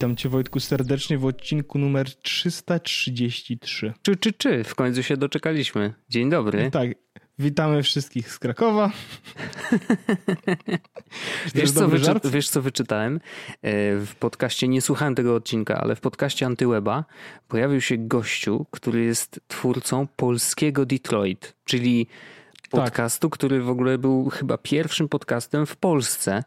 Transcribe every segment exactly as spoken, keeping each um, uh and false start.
Witam Cię, Wojtku, serdecznie w odcinku numer trzysta trzydzieści trzy. Czy, czy, czy, w końcu się doczekaliśmy. Dzień dobry. Tak, witamy wszystkich z Krakowa. wiesz, co wyczy, wiesz, co wyczytałem? W podcaście, nie słuchałem tego odcinka, ale w podcaście Antyweba pojawił się gościu, który jest twórcą polskiego Detroit, czyli podcastu, tak, który w ogóle był chyba pierwszym podcastem w Polsce.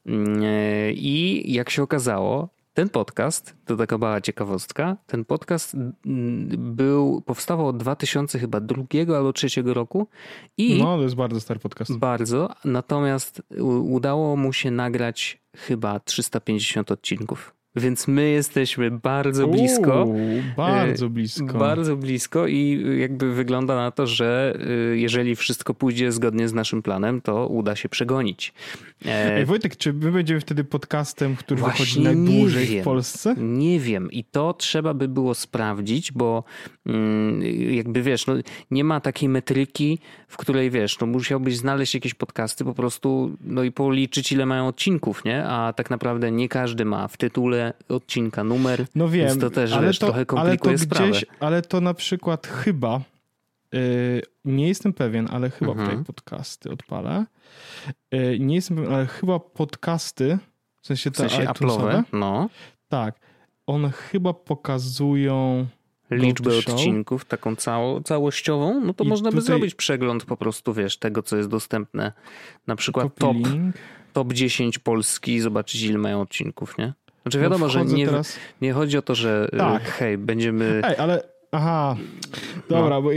I jak się okazało, ten podcast, to taka mała ciekawostka, ten podcast był, powstawał od dwa tysiące chyba drugiego albo trzeciego roku. I no, to jest bardzo stary podcast. Bardzo, natomiast udało mu się nagrać chyba trzysta pięćdziesiąt odcinków. Więc my jesteśmy bardzo blisko. Uuu, bardzo blisko. Bardzo blisko i jakby wygląda na to, że jeżeli wszystko pójdzie zgodnie z naszym planem, to uda się przegonić. Ej, Wojtek, czy my będziemy wtedy podcastem, który Właśnie wychodzi najdłużej w Polsce? Nie wiem i to trzeba by było sprawdzić, bo jakby wiesz, no, nie ma takiej metryki, w której wiesz, no musiałbyś znaleźć jakieś podcasty po prostu, no i policzyć ile mają odcinków, nie? A tak naprawdę nie każdy ma w tytule odcinka numer, no wiem, więc to też ale wiesz, to, trochę komplikuje ale to sprawę. Gdzieś, ale to na przykład chyba, yy, nie jestem pewien, ale chyba mhm. tutaj podcasty odpalę. Yy, nie jestem pewien, ale chyba podcasty, w sensie te w sensie iTunesowe, no. Tak, one chyba pokazują liczbę odcinków, taką cało, całościową, no to I można by tutaj... zrobić przegląd po prostu, wiesz, tego, co jest dostępne. Na przykład top, top dziesięć Polski, zobaczyć ile mają odcinków, nie? Znaczy wiadomo, no że nie, teraz... nie chodzi o to, że tak. hej, będziemy... Ej, ale aha, dobra, no. bo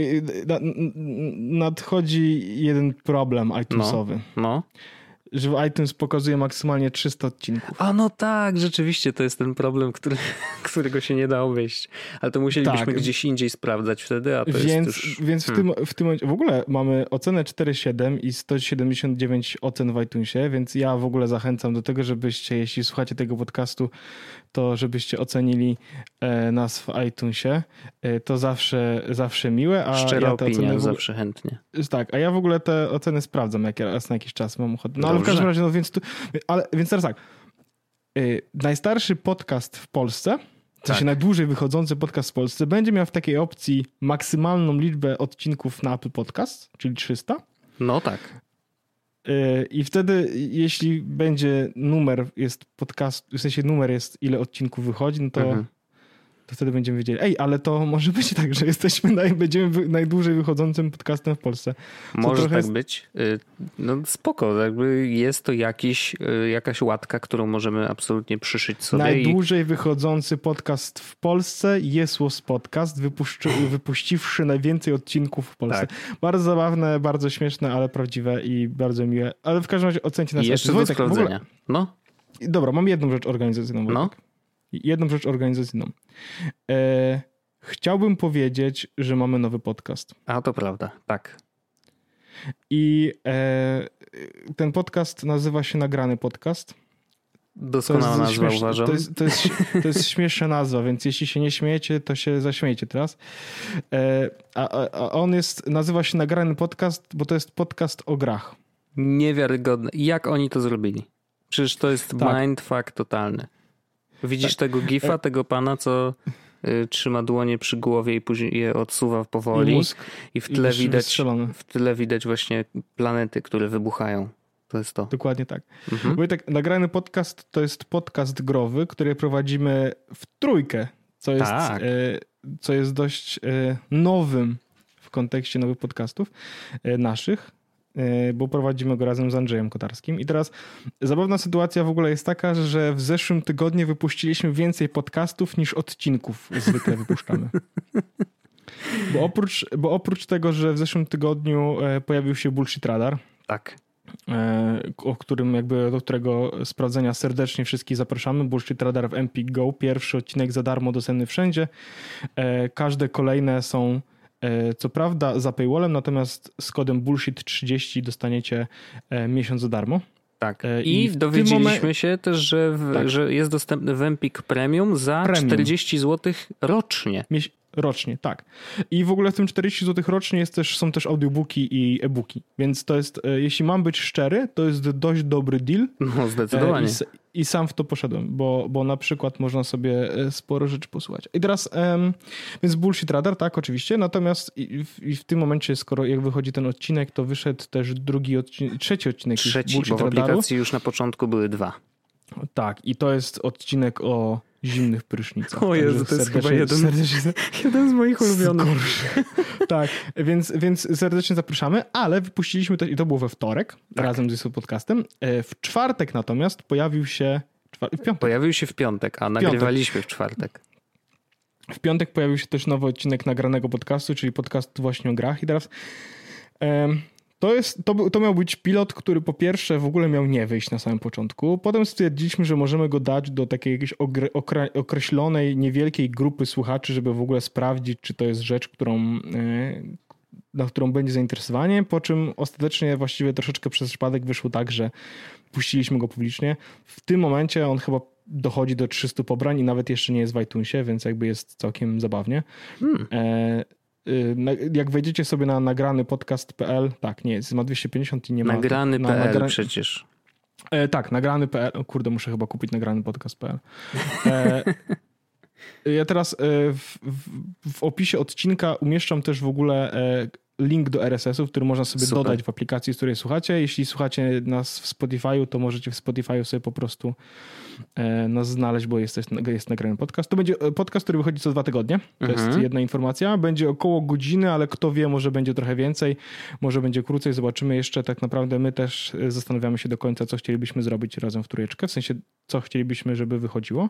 nadchodzi jeden problem iTunesowy. No, no. Że w iTunes pokazuje maksymalnie trzysta odcinków. A no tak, rzeczywiście to jest ten problem, który, którego się nie da obejść. Ale to musielibyśmy tak. gdzieś indziej sprawdzać wtedy, a to więc, jest już... Więc w, hmm. tym, w tym momencie w ogóle mamy ocenę cztery siedem i sto siedemdziesiąt dziewięć ocen w iTunesie, więc ja w ogóle zachęcam do tego, żebyście, jeśli słuchacie tego podcastu, to żebyście ocenili e, nas w iTunesie. E, to zawsze, zawsze miłe. A Szczera ja te opinia, oceny zawsze chętnie. Tak, a ja w ogóle te oceny sprawdzam jak raz na jakiś czas mam ochotę. No ale w każdym razie, no więc tu, ale, więc teraz tak. Yy, najstarszy podcast w Polsce, w sensie tak. najdłużej wychodzący podcast w Polsce, będzie miał w takiej opcji maksymalną liczbę odcinków na Apple Podcast, czyli trzysta. No tak. Yy, I wtedy, jeśli będzie numer, jest podcast, w sensie numer jest, ile odcinków wychodzi, no to, mhm. to wtedy będziemy wiedzieli, ej, ale to może być tak, że jesteśmy naj, będziemy wy, najdłużej wychodzącym podcastem w Polsce. Co może tak jest... być. No spoko, jakby jest to jakiś, jakaś łatka, którą możemy absolutnie przyszyć sobie. Najdłużej i... wychodzący podcast w Polsce jest Łos Podcast, wypuszczy, wypuściwszy najwięcej odcinków w Polsce. Tak. Bardzo zabawne, bardzo śmieszne, ale prawdziwe i bardzo miłe. Ale w każdym razie ocencie nas. I jeszcze do sprawdzenia. Ogóle... No. Dobra, mam jedną rzecz organizacyjną. No. Jedną rzecz organizacyjną. E, chciałbym powiedzieć, że mamy nowy podcast. A to prawda, tak. I e, ten podcast nazywa się Nagrany Podcast. Doskonała nazwa, śmiesz... uważam. To jest, to, jest, to jest śmieszna nazwa, więc jeśli się nie śmiejecie, to się zaśmiejcie teraz. E, a, a on jest, nazywa się Nagrany Podcast, bo to jest podcast o grach. Niewiarygodne. Jak oni to zrobili? Przecież to jest tak. mindfuck totalny. Widzisz tak. tego gifa, tego pana, co y, trzyma dłonie przy głowie i później je odsuwa powoli. I, mózg, i w tle i widać w tle widać właśnie planety, które wybuchają. To jest to. Dokładnie tak. Mhm. Wojtek, Nagrany Podcast to jest podcast growy, który prowadzimy w trójkę, co jest, tak. y, co jest dość y, nowym w kontekście nowych podcastów y, naszych. Bo prowadzimy go razem z Andrzejem Kotarskim. I teraz zabawna sytuacja w ogóle jest taka, że w zeszłym tygodniu wypuściliśmy więcej podcastów niż odcinków zwykle wypuszczamy. Bo oprócz, bo oprócz tego, że w zeszłym tygodniu pojawił się Bullshit Radar, tak. o którym jakby do którego sprawdzenia serdecznie wszystkich zapraszamy. Bullshit Radar w Empik Go. Pierwszy odcinek za darmo, dostępny wszędzie. Każde kolejne są co prawda za paywallem, natomiast z kodem bullshit trzydzieści dostaniecie miesiąc za darmo. Tak. I, I dowiedzieliśmy moment... się też, że, w, tak. że jest dostępny w Empik Premium za Premium. czterdzieści złotych rocznie. Mieś... Rocznie, tak. I w ogóle w tym czterdzieści złotych rocznie jest też, są też audiobooki i e-booki. Więc to jest, jeśli mam być szczery, to jest dość dobry deal. No zdecydowanie. i sam w to poszedłem, bo, bo na przykład można sobie sporo rzeczy posłuchać. I teraz, um, więc Bullshit Radar, tak, oczywiście, natomiast i w, i w tym momencie, skoro jak wychodzi ten odcinek, to wyszedł też drugi odcinek, trzeci odcinek Trzeci, Bullshit bo w Radaru. aplikacji już na początku były dwa. Tak, i to jest odcinek o zimnych prysznicach. O Jezu, to jest chyba jeden, serdecznie, jeden z moich ulubionych. Tak, więc, więc serdecznie zapraszamy, ale wypuściliśmy to, i to było we wtorek, tak. razem z podcastem. W czwartek natomiast pojawił się... W piątek. Pojawił się w piątek, a nagrywaliśmy w czwartek. W piątek pojawił się też nowy odcinek nagranego podcastu, czyli podcast właśnie o grach i teraz... Um, To, jest, to, był, to miał być pilot, który po pierwsze w ogóle miał nie wyjść na samym początku. Potem stwierdziliśmy, że możemy go dać do takiej jakiejś ogre, okre, określonej, niewielkiej grupy słuchaczy, żeby w ogóle sprawdzić, czy to jest rzecz, którą, na którą będzie zainteresowanie. Po czym ostatecznie właściwie troszeczkę przez przypadek wyszło tak, że puściliśmy go publicznie. W tym momencie on chyba dochodzi do trzystu pobrań i nawet jeszcze nie jest w iTunesie, więc jakby jest całkiem zabawnie. Hmm. E, Jak wejdziecie sobie na nagrany podcast kropka p l, tak, nie, ma dwieście pięćdziesiąt i nie ma... Nagrany kropka p l nagra... przecież. E, tak, nagrany kropka p l. O kurde, muszę chyba kupić nagrany podcast kropka p l. E, ja teraz e, w, w, w opisie odcinka umieszczam też w ogóle e, link do R S S u, który można sobie Super. dodać w aplikacji, z której słuchacie. Jeśli słuchacie nas w Spotify'u, to możecie w Spotify'u sobie po prostu e, nas znaleźć, bo jest, jest nagrany podcast. To będzie podcast, który wychodzi co dwa tygodnie. To mhm. jest jedna informacja. Będzie około godziny, ale kto wie, może będzie trochę więcej, może będzie krócej. Zobaczymy jeszcze. Tak naprawdę my też zastanawiamy się do końca, co chcielibyśmy zrobić razem w trójeczkę. W sensie, co chcielibyśmy, żeby wychodziło.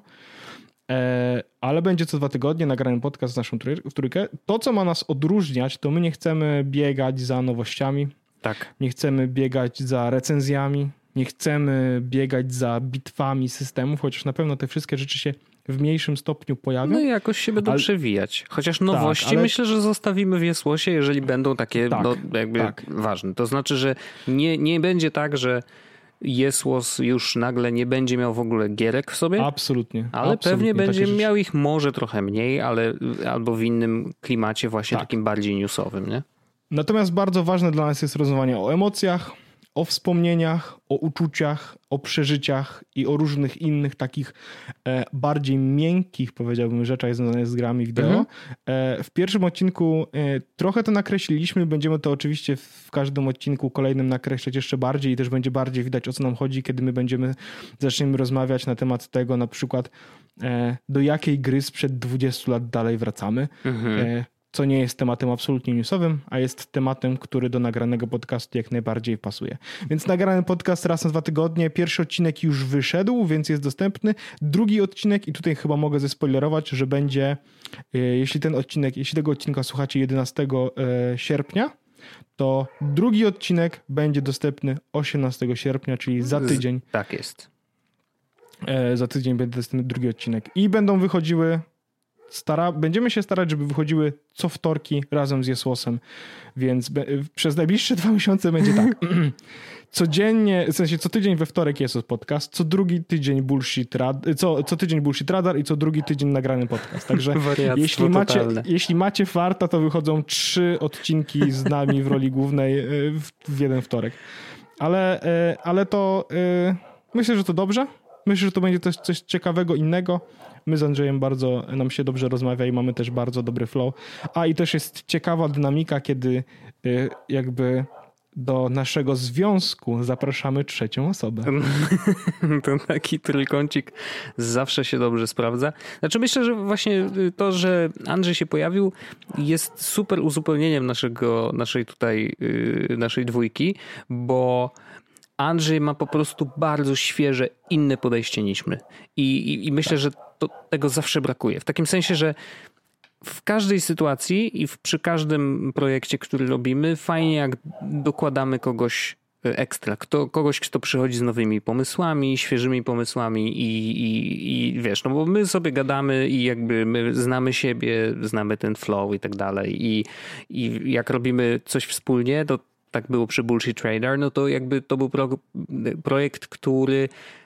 Ale będzie co dwa tygodnie nagrany podcast z naszą trójkę. To, co ma nas odróżniać, to my nie chcemy biegać za nowościami. Tak. Nie chcemy biegać za recenzjami. Nie chcemy biegać za bitwami systemów, chociaż na pewno te wszystkie rzeczy się w mniejszym stopniu pojawią. No i jakoś się będą ale... przewijać. Chociaż nowości tak, ale... myślę, że zostawimy w Jesłosie, jeżeli będą takie tak, no, jakby tak. ważne. To znaczy, że nie, nie będzie tak, że Jesłos już nagle nie będzie miał w ogóle gierek w sobie. Absolutnie. Ale absolutnie, pewnie będzie miał ich może trochę mniej, ale albo w innym klimacie właśnie tak. takim bardziej newsowym, nie? Natomiast bardzo ważne dla nas jest rozmawianie o emocjach, o wspomnieniach, o uczuciach, o przeżyciach i o różnych innych takich e, bardziej miękkich, powiedziałbym, rzeczach związanych z grami wideo. Mhm. E, w pierwszym odcinku e, trochę to nakreśliliśmy, będziemy to oczywiście w każdym odcinku kolejnym nakreślać jeszcze bardziej i też będzie bardziej widać, o co nam chodzi, kiedy my będziemy, zaczniemy rozmawiać na temat tego, na przykład e, do jakiej gry sprzed dwudziestu lat dalej wracamy. Mhm. E, co nie jest tematem absolutnie newsowym, a jest tematem, który do nagranego podcastu jak najbardziej pasuje. Więc nagrany podcast raz na dwa tygodnie. Pierwszy odcinek już wyszedł, więc jest dostępny. Drugi odcinek, i tutaj chyba mogę zespoilerować, że będzie, jeśli ten odcinek, jeśli tego odcinka słuchacie jedenastego sierpnia, to drugi odcinek będzie dostępny osiemnastego sierpnia, czyli za tydzień. Tak jest. Za tydzień będzie dostępny drugi odcinek. I będą wychodziły Stara, będziemy się starać, żeby wychodziły co wtorki razem z Jesłosem, więc be, przez najbliższe dwa miesiące będzie tak. Codziennie, w sensie co tydzień we wtorek jest podcast, co drugi tydzień Bullshit Radar, co, co tydzień Bullshit Radar i co drugi tydzień nagrany podcast. Także jeśli macie, jeśli macie farta, to wychodzą trzy odcinki z nami w roli głównej w, w jeden wtorek. Ale, ale to myślę, że to dobrze. Myślę, że to będzie też coś ciekawego, innego. My z Andrzejem bardzo nam się dobrze rozmawia i mamy też bardzo dobry flow. A i też jest ciekawa dynamika, kiedy jakby do naszego związku zapraszamy trzecią osobę. To taki trójkącik zawsze się dobrze sprawdza. Znaczy myślę, że właśnie to, że Andrzej się pojawił, jest super uzupełnieniem naszego, naszej tutaj, naszej dwójki, bo Andrzej ma po prostu bardzo świeże, inne podejście niż my. I, i, i myślę, tak. że to, tego zawsze brakuje. W takim sensie, że w każdej sytuacji i w, przy każdym projekcie, który robimy, fajnie jak dokładamy kogoś ekstra. Kto, kogoś, kto przychodzi z nowymi pomysłami, świeżymi pomysłami i, i, i wiesz, no bo my sobie gadamy i jakby my znamy siebie, znamy ten flow i tak dalej. I, i jak robimy coś wspólnie, to tak było przy Bullshit Radar, no to jakby to był pro, projekt, który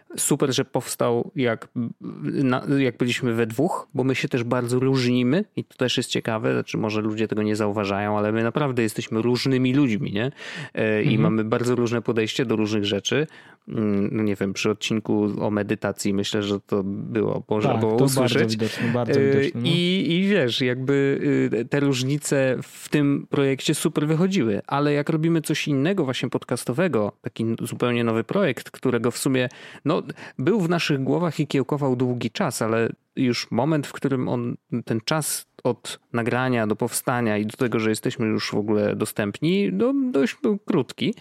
super, że powstał jak, na, jak byliśmy we dwóch, bo my się też bardzo różnimy i to też jest ciekawe, znaczy może ludzie tego nie zauważają, ale my naprawdę jesteśmy różnymi ludźmi, nie? I mhm. mamy bardzo różne podejście do różnych rzeczy. No nie wiem, przy odcinku o medytacji myślę, że to było, można tak, było to usłyszeć. Bardzo widoczne, bardzo widoczne. No. I, I wiesz, jakby te różnice w tym projekcie super wychodziły, ale jak robimy coś innego właśnie podcastowego, taki zupełnie nowy projekt, którego w sumie no, był w naszych głowach i kiełkował długi czas, ale już moment, w którym on, ten czas od nagrania do powstania i do tego, że jesteśmy już w ogóle dostępni, no, dość był krótki,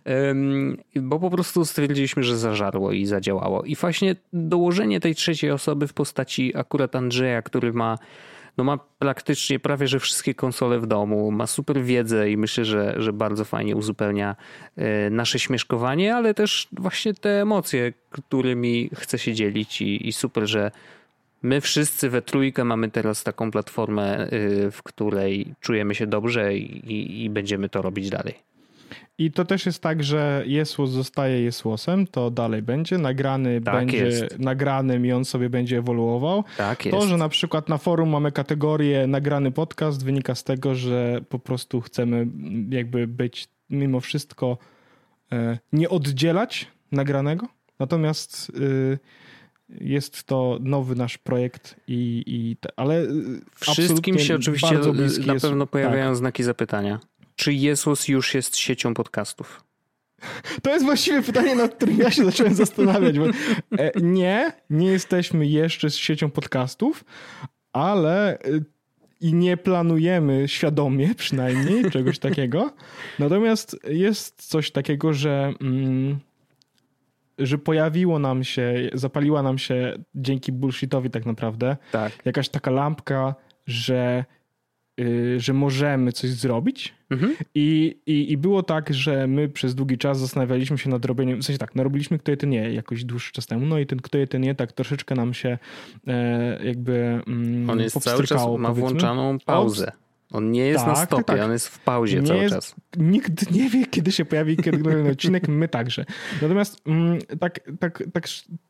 bo po prostu stwierdziliśmy, że zażarło i zadziałało. I właśnie dołożenie tej trzeciej osoby w postaci akurat Andrzeja, który ma no ma praktycznie prawie, że wszystkie konsole w domu, ma super wiedzę i myślę, że, że bardzo fajnie uzupełnia nasze śmieszkowanie, ale też właśnie te emocje, którymi chce się dzielić i, i super, że my wszyscy we trójkę mamy teraz taką platformę, w której czujemy się dobrze i, i będziemy to robić dalej. I to też jest tak, że Jesłos zostaje Jesłosem, to dalej będzie. Nagrany tak będzie jest. nagranym i on sobie będzie ewoluował. Tak to, jest. że na przykład na forum mamy kategorię nagrany podcast, wynika z tego, że po prostu chcemy jakby być mimo wszystko e, nie oddzielać nagranego. Natomiast y, jest to nowy nasz projekt i, i te, ale wszystkim się oczywiście na jest, pewno pojawiają tak. znaki zapytania. Czy Jesłos już jest siecią podcastów? To jest właściwie pytanie, nad którym ja się zacząłem zastanawiać. Bo e, nie, nie jesteśmy jeszcze z siecią podcastów, ale e, i nie planujemy świadomie przynajmniej czegoś takiego. Natomiast jest coś takiego, że, mm, że pojawiło nam się, zapaliła nam się dzięki bullshitowi tak naprawdę tak. jakaś taka lampka, że że możemy coś zrobić mhm. I, i, i było tak, że my przez długi czas zastanawialiśmy się nad robieniem, w sensie tak, no robiliśmy Kto je ten je jakoś dłuższy czas temu, no i ten Kto je ten je tak troszeczkę nam się e, jakby mm, on jest cały czas, ma powiedzmy. włączoną pauzę. On nie jest tak, na stopie, tak, tak. on jest w pauzie nie cały jest, czas. Nikt nie wie, kiedy się pojawi kiedy kolejny odcinek, my także. Natomiast mm, tak, tak, tak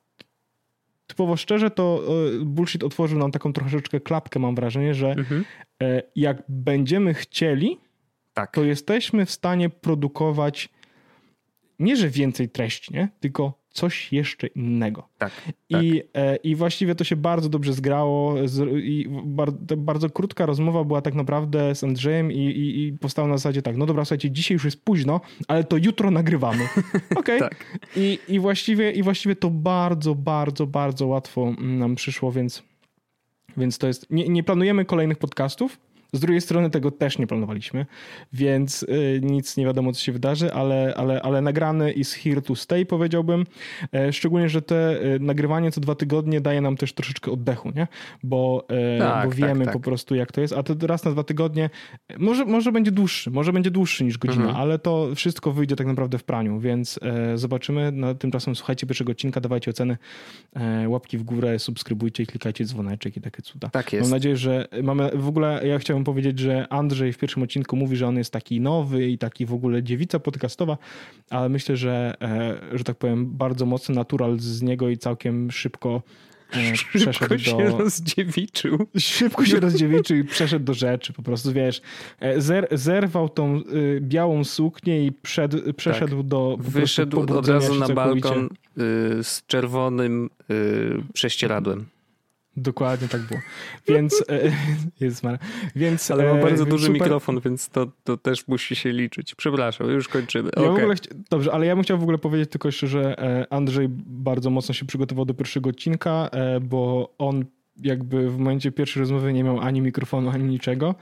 typowo szczerze, to bullshit otworzył nam taką troszeczkę klapkę, mam wrażenie, że mhm. jak będziemy chcieli, tak. to jesteśmy w stanie produkować nie, że więcej treści, nie? Tylko coś jeszcze innego. Tak, I, tak. I właściwie to się bardzo dobrze zgrało. I bardzo, bardzo krótka rozmowa była tak naprawdę z Andrzejem i, i, i powstała na zasadzie tak, no dobra, słuchajcie, dzisiaj już jest późno, ale to jutro nagrywamy. Okej. Okay? Tak. I, i, właściwie, I właściwie to bardzo, bardzo, bardzo łatwo nam przyszło, więc, więc to jest... Nie, nie planujemy kolejnych podcastów. Z drugiej strony tego też nie planowaliśmy, więc y, nic nie wiadomo, co się wydarzy, ale, ale, ale nagrany is here to stay, powiedziałbym. E, szczególnie, że te y, nagrywanie co dwa tygodnie daje nam też troszeczkę oddechu, nie? Bo, e, tak, bo wiemy tak, tak. po prostu, jak to jest. A to raz na dwa tygodnie może, może będzie dłuższy, może będzie dłuższy niż godzina, mhm. ale to wszystko wyjdzie tak naprawdę w praniu, więc e, zobaczymy. No, tymczasem słuchajcie pierwszego odcinka, dawajcie oceny, e, łapki w górę, subskrybujcie, klikajcie dzwoneczek i takie cuda. Tak jest. Mam nadzieję, że mamy w ogóle, ja chciałem powiedzieć, że Andrzej w pierwszym odcinku mówi, że on jest taki nowy i taki w ogóle dziewica podcastowa, ale myślę, że, że tak powiem, bardzo mocny natural z niego i całkiem szybko przeszedł szybko się do... rozdziewiczył. Szybko się rozdziewiczył i przeszedł do rzeczy. Po prostu, wiesz, zer, zerwał tą y, białą suknię i przed, przeszedł tak. do... Wyszedł od razu na balkon y, z czerwonym y, prześcieradłem. Dokładnie tak było. Więc, jest więc ale ma bardzo duży super... mikrofon, więc to, to też musi się liczyć. Przepraszam, już kończymy. Ja okay. w ogóle chci... Dobrze, ale ja bym chciał w ogóle powiedzieć tylko jeszcze, że Andrzej bardzo mocno się przygotował do pierwszego odcinka, bo on jakby w momencie pierwszej rozmowy nie miał ani mikrofonu, ani niczego.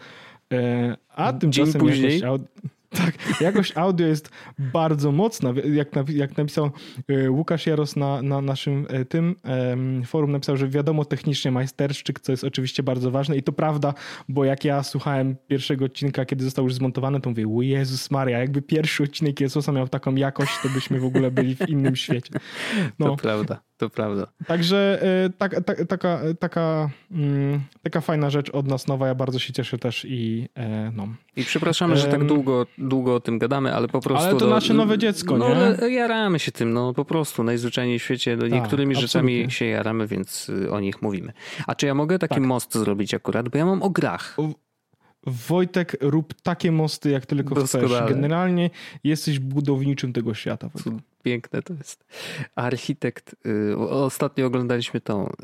A tymczasem dzień później jakoś... Tak, jakość audio jest bardzo mocna. Jak, jak napisał Łukasz Jaros na, na naszym tym forum, napisał, że wiadomo technicznie majsterszczyk, co jest oczywiście bardzo ważne i to prawda, bo jak ja słuchałem pierwszego odcinka, kiedy został już zmontowany, to mówię, o Jezus Maria, jakby pierwszy odcinek Jezusa miał taką jakość, to byśmy w ogóle byli w innym świecie. No. To prawda. To prawda. Także tak, tak, taka, taka, mm, taka fajna rzecz od nas nowa. Ja bardzo się cieszę też i no. I przepraszamy, że tak długo, długo o tym gadamy, ale po prostu... Ale to no, nasze nowe dziecko, no, nie? No jaramy się tym, no po prostu najzwyczajniej w świecie. No, tak, niektórymi absolutnie. rzeczami się jaramy, więc o nich mówimy. A czy ja mogę taki tak. most zrobić akurat? Bo ja mam o grach. Wojtek, rób takie mosty, jak tylko Doskonale. chcesz. Generalnie jesteś budowniczym tego świata. Wojtek. Piękne to jest. Architekt, y, ostatnio oglądaliśmy tą y,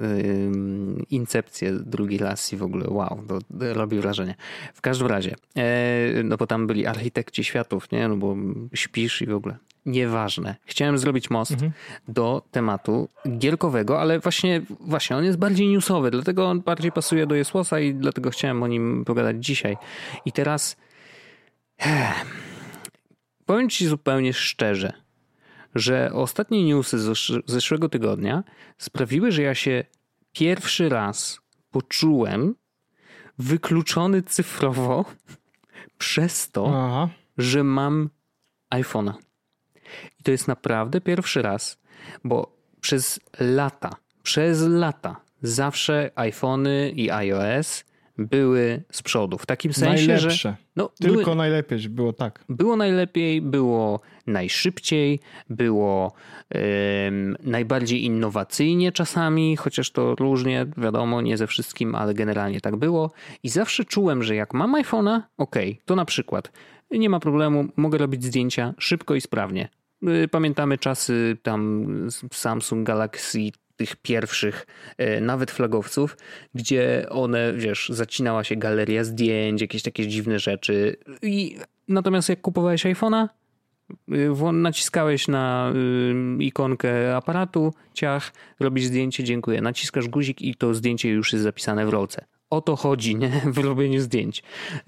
Incepcję drugi raz i w ogóle wow, to robi wrażenie. W każdym razie, y, no bo tam byli architekci światów, nie? No bo śpisz i w ogóle. Nieważne. Chciałem zrobić most mhm. do tematu gierkowego, ale właśnie, właśnie on jest bardziej newsowy, dlatego on bardziej pasuje do Jesłosa i dlatego chciałem o nim pogadać dzisiaj. I teraz eh, powiem ci zupełnie szczerze, że ostatnie newsy z zeszłego tygodnia sprawiły, że ja się pierwszy raz poczułem wykluczony cyfrowo przez to, Aha. że mam iPhone'a. I to jest naprawdę pierwszy raz, bo przez lata, przez lata zawsze iPhony i iOS były z przodu. W takim sensie, Najlepsze. że... No, Tylko były, najlepiej było tak. Było najlepiej, było najszybciej, było ym, najbardziej innowacyjnie czasami, chociaż to różnie, wiadomo, nie ze wszystkim, ale generalnie tak było. I zawsze czułem, że jak mam iPhone'a, okej, okay, to na przykład nie ma problemu, mogę robić zdjęcia szybko i sprawnie. Pamiętamy czasy tam Samsung Galaxy tych pierwszych, nawet flagowców, gdzie one, wiesz, zacinała się galeria zdjęć, jakieś takie dziwne rzeczy. I natomiast jak kupowałeś iPhone'a, naciskałeś na ikonkę aparatu, ciach, robisz zdjęcie, dziękuję. Naciskasz guzik i to zdjęcie już jest zapisane w rolce. O to chodzi, nie? W robieniu zdjęć.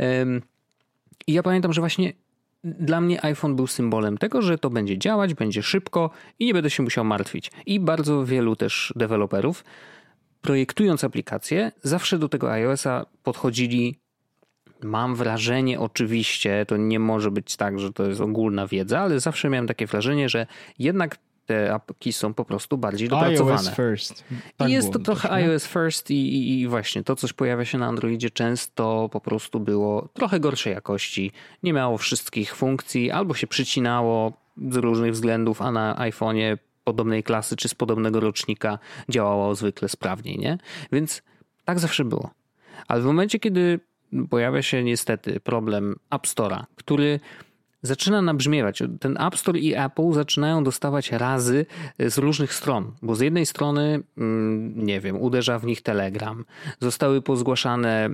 I ja pamiętam, że właśnie dla mnie iPhone był symbolem tego, że to będzie działać, będzie szybko i nie będę się musiał martwić. I bardzo wielu też deweloperów, projektując aplikacje, zawsze do tego iOS-a podchodzili, mam wrażenie oczywiście, to nie może być tak, że to jest ogólna wiedza, ale zawsze miałem takie wrażenie, że jednak te apki są po prostu bardziej dopracowane. iOS first. Tak I jest to trochę też, iOS first i, i, i właśnie to, coś pojawia się na Androidzie często po prostu było trochę gorszej jakości. Nie miało wszystkich funkcji, albo się przycinało z różnych względów, a na iPhone'ie podobnej klasy czy z podobnego rocznika działało zwykle sprawniej, nie? Więc tak zawsze było. Ale w momencie, kiedy pojawia się niestety problem App Store'a, który zaczyna nabrzmiewać. Ten App Store i Apple zaczynają dostawać razy z różnych stron, bo z jednej strony, nie wiem, uderza w nich Telegram. Zostały pozgłaszane,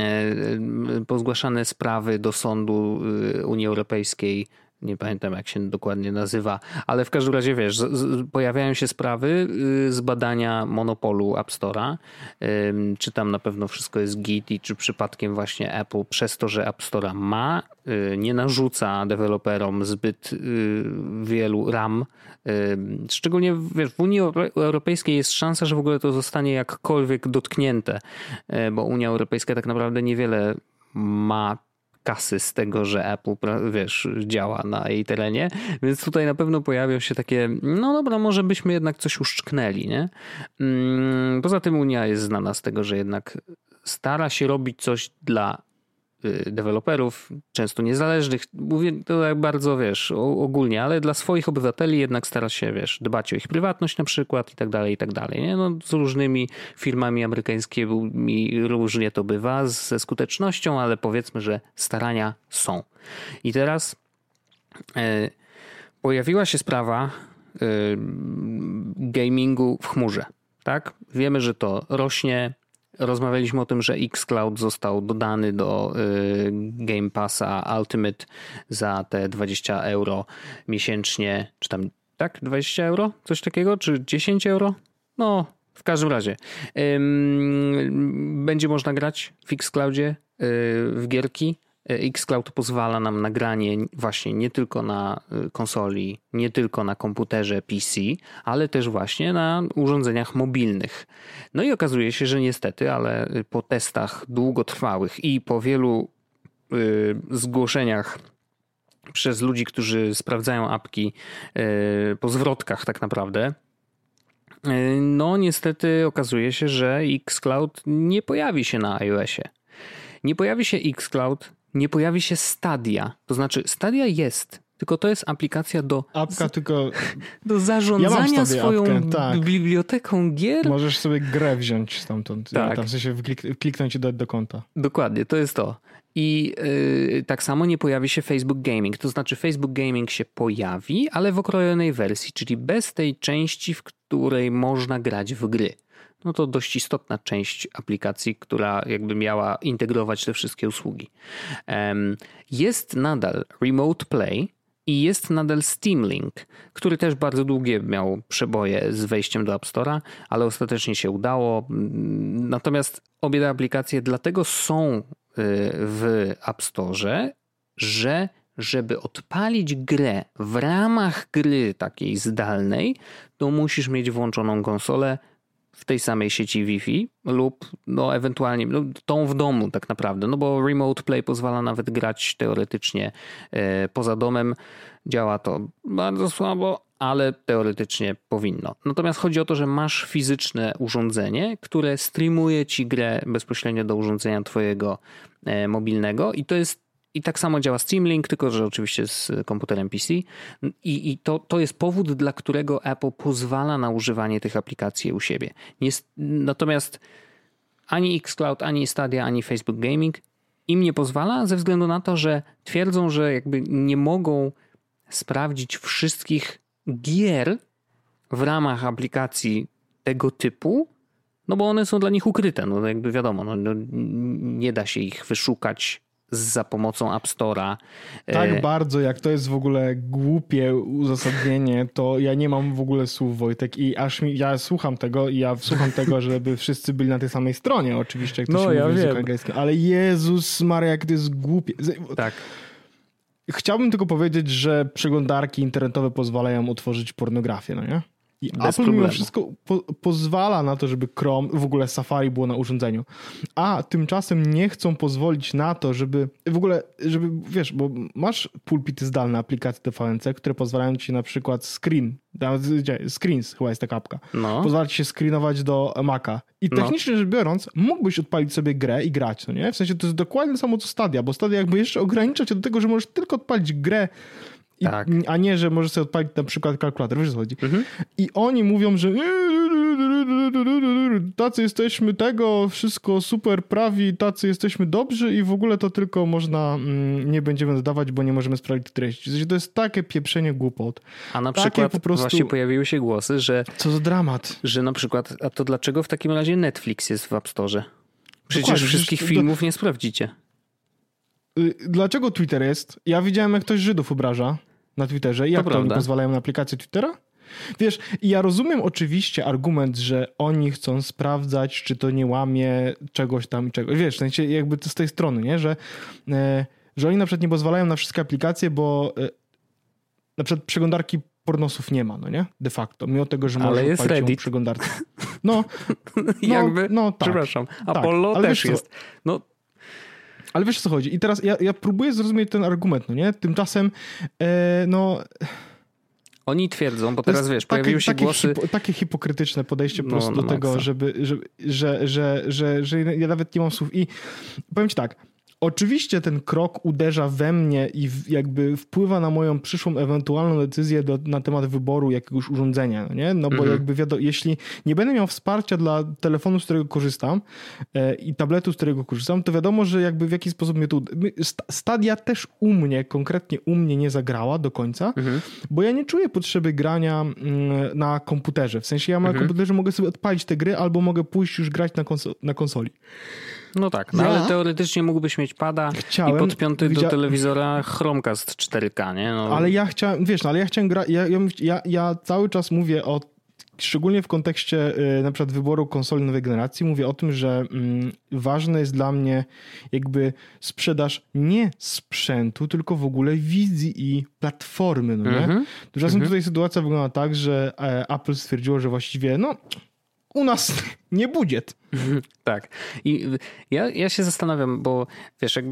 pozgłaszane sprawy do sądu Unii Europejskiej. Nie pamiętam, jak się dokładnie nazywa, ale w każdym razie, wiesz, z, z, pojawiają się sprawy z badania monopolu App Store'a. Ym, czy tam na pewno wszystko jest git i czy przypadkiem właśnie Apple przez to, że App Store'a ma, y, nie narzuca deweloperom zbyt y, wielu ram. Y, szczególnie wiesz, w Unii Europejskiej jest szansa, że w ogóle to zostanie jakkolwiek dotknięte, y, bo Unia Europejska tak naprawdę niewiele ma kasy z tego, że Apple, wiesz, działa na jej terenie, więc tutaj na pewno pojawią się takie, no dobra, może byśmy jednak coś uszczknęli, nie? Poza tym Unia jest znana z tego, że jednak stara się robić coś dla deweloperów, często niezależnych, mówię to tak bardzo, wiesz, ogólnie, ale dla swoich obywateli jednak stara się, wiesz, dbać o ich prywatność na przykład i tak dalej, i tak dalej, nie? No, z różnymi firmami amerykańskimi różnie to bywa ze skutecznością, ale powiedzmy, że starania są. I teraz e, pojawiła się sprawa e, gamingu w chmurze, tak? Wiemy, że to rośnie. Rozmawialiśmy o tym, że xCloud został dodany do y, Game Passa Ultimate za te dwadzieścia euro miesięcznie, czy tam, tak? dwadzieścia euro? Coś takiego? Czy dziesięć euro? No, w każdym razie. Ym, będzie można grać w xCloudzie y, w gierki. xCloud pozwala nam na granie właśnie nie tylko na konsoli, nie tylko na komputerze P C, ale też właśnie na urządzeniach mobilnych. No i okazuje się, że niestety, ale po testach długotrwałych i po wielu y, zgłoszeniach przez ludzi, którzy sprawdzają apki y, po zwrotkach tak naprawdę, No niestety okazuje się, że xCloud nie pojawi się na iOSie. Nie pojawi się xCloud, nie pojawi się Stadia. To znaczy Stadia jest, tylko to jest aplikacja do, Apka, tylko... do zarządzania ja swoją apkę, tak. biblioteką gier. Możesz sobie grę wziąć stamtąd. Tak. Tam w sensie klik- kliknąć i dać do konta. Dokładnie, to jest to. I yy, tak samo nie pojawi się Facebook Gaming. To znaczy Facebook Gaming się pojawi, ale w okrojonej wersji, czyli bez tej części, w której można grać w gry. No to dość istotna część aplikacji, która jakby miała integrować te wszystkie usługi. Um, jest nadal Remote Play i jest nadal Steam Link, który też bardzo długie miał przeboje z wejściem do App Store'a, ale ostatecznie się udało. Natomiast obie te aplikacje dlatego są w App Store, że żeby odpalić grę w ramach gry takiej zdalnej, to musisz mieć włączoną konsolę w tej samej sieci Wi-Fi lub no ewentualnie no, tą w domu tak naprawdę, no bo Remote Play pozwala nawet grać teoretycznie e, poza domem. Działa to bardzo słabo, ale teoretycznie powinno. Natomiast chodzi o to, że masz fizyczne urządzenie, które streamuje ci grę bezpośrednio do urządzenia twojego e, mobilnego i to jest I tak samo działa Steam Link, tylko że oczywiście z komputerem P C. I, i to, to jest powód, dla którego Apple pozwala na używanie tych aplikacji u siebie. Jest, natomiast ani xCloud, ani Stadia, ani Facebook Gaming im nie pozwala ze względu na to, że twierdzą, że jakby nie mogą sprawdzić wszystkich gier w ramach aplikacji tego typu, no bo one są dla nich ukryte. No jakby wiadomo, no, no, nie da się ich wyszukać za pomocą App Store'a. Tak bardzo, jak to jest w ogóle głupie uzasadnienie, to ja nie mam w ogóle słów, Wojtek, i aż mi, ja słucham tego i ja słucham tego, żeby wszyscy byli na tej samej stronie, oczywiście, jak to no, się ja mówi w języku wiem. angielskim, ale Jezus Maria, jak to jest głupie. Tak. Chciałbym tylko powiedzieć, że przeglądarki internetowe pozwalają utworzyć pornografię, no nie? I Bez Apple problemu. mimo wszystko po, pozwala na to, żeby Chrome, w ogóle Safari było na urządzeniu. A tymczasem nie chcą pozwolić na to, żeby w ogóle, żeby, wiesz, bo masz pulpity zdalne, aplikacje D V N C, które pozwalają ci na przykład screen, screens chyba jest taka apka, no. pozwala ci się screenować do Maca. I technicznie no. rzecz biorąc, mógłbyś odpalić sobie grę i grać, no nie? W sensie to jest dokładnie samo co Stadia, bo Stadia jakby jeszcze ogranicza cię do tego, że możesz tylko odpalić grę, I, tak. a nie, że możesz sobie odpalić na przykład kalkulator. Wiesz, co chodzi? Mhm. I oni mówią, że tacy jesteśmy tego, wszystko super prawi, tacy jesteśmy dobrzy i w ogóle to tylko można, nie będziemy dodawać, bo nie możemy sprawdzić treści. To jest takie pieprzenie głupot. A na takie przykład po prostu... właśnie pojawiły się głosy, że... Co za dramat. Że na przykład, a to dlaczego w takim razie Netflix jest w App Store? Przecież Dokładnie, wszystkich przecież... filmów nie sprawdzicie. Dlaczego Twitter jest? Ja widziałem, jak ktoś Żydów obraża na Twitterze. Jak to, to oni pozwalają na aplikację Twittera? Wiesz, i ja rozumiem oczywiście argument, że oni chcą sprawdzać, czy to nie łamie czegoś tam, czegoś. Wiesz, w sensie jakby to z tej strony, nie? Że, e, że oni na przykład nie pozwalają na wszystkie aplikacje, bo e, na przykład przeglądarki pornosów nie ma, no nie? De facto. Mimo tego, że ale możesz jest odpalić Reddit. przeglądarkę. No, no, jakby, no tak. Przepraszam. Tak. Apollo ale też wiesz, jest. No. Ale wiesz, o co chodzi? I teraz ja, ja próbuję zrozumieć ten argument, no nie? Tymczasem, e, no... Oni twierdzą, bo teraz wiesz, takie, pojawiły się takie głosy... Hipo, takie hipokrytyczne podejście po no, prostu no, do tego, żeby, żeby, że, że, że, że ja nawet nie mam słów. I powiem ci tak, oczywiście ten krok uderza we mnie i w, jakby wpływa na moją przyszłą ewentualną decyzję do, na temat wyboru jakiegoś urządzenia, no nie? No bo mhm. jakby wiadomo, jeśli nie będę miał wsparcia dla telefonu, z którego korzystam e, i tabletu, z którego korzystam, to wiadomo, że jakby w jakiś sposób mnie tu... Stadia też u mnie, konkretnie u mnie nie zagrała do końca, mhm. bo ja nie czuję potrzeby grania mm, na komputerze. W sensie ja na mhm. komputerze mogę sobie odpalić te gry albo mogę pójść już grać na, konso- na konsoli. No tak, no ja ale teoretycznie mógłbyś mieć pada Chciałem, i podpiąty widzia... do telewizora Chromecast cztery K, nie? No. Ale ja chciałem, wiesz, no ale ja chciałem grać, ja, ja, ja, ja cały czas mówię o, szczególnie w kontekście y, na przykład wyboru konsoli nowej generacji, mówię o tym, że y, ważne jest dla mnie jakby sprzedaż nie sprzętu, tylko w ogóle wizji i platformy, no nie? Mm-hmm. Tymczasem mm-hmm. tutaj sytuacja wygląda tak, że e, Apple stwierdziło, że właściwie no u nas nie budżet. Tak. I ja, ja się zastanawiam, bo wiesz, jakby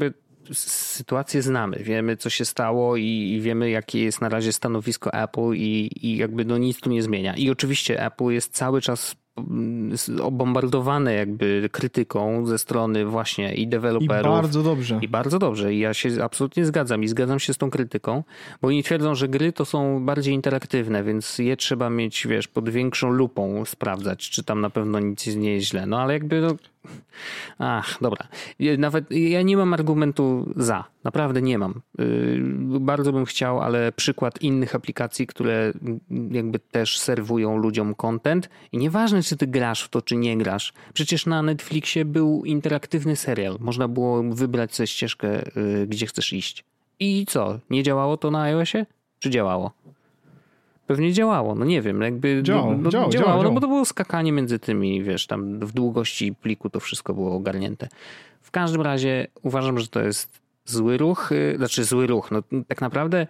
sytuację znamy, wiemy co się stało i, i wiemy jakie jest na razie stanowisko Apple i, i jakby no nic tu nie zmienia. I oczywiście Apple jest cały czas obombardowane jakby krytyką ze strony właśnie i deweloperów. I bardzo dobrze. I bardzo dobrze. I ja się absolutnie zgadzam i zgadzam się z tą krytyką, bo oni twierdzą, że gry to są bardziej interaktywne, więc je trzeba mieć, wiesz, pod większą lupą sprawdzać, czy tam na pewno nic nie jest źle. No ale jakby no... Ach, dobra. Nawet ja nie mam argumentu za. Naprawdę nie mam. Bardzo bym chciał, ale przykład innych aplikacji, które jakby też serwują ludziom content i nieważne, czy ty grasz w to, czy nie grasz. Przecież na Netflixie był interaktywny serial. Można było wybrać sobie ścieżkę, gdzie chcesz iść. I co? Nie działało to na iOSie? Czy działało? Pewnie działało, no nie wiem, jakby działało, no, działało, działało, działało, no bo to było skakanie między tymi, wiesz, tam w długości pliku to wszystko było ogarnięte. W każdym razie uważam, że to jest zły ruch, znaczy zły ruch, no tak naprawdę...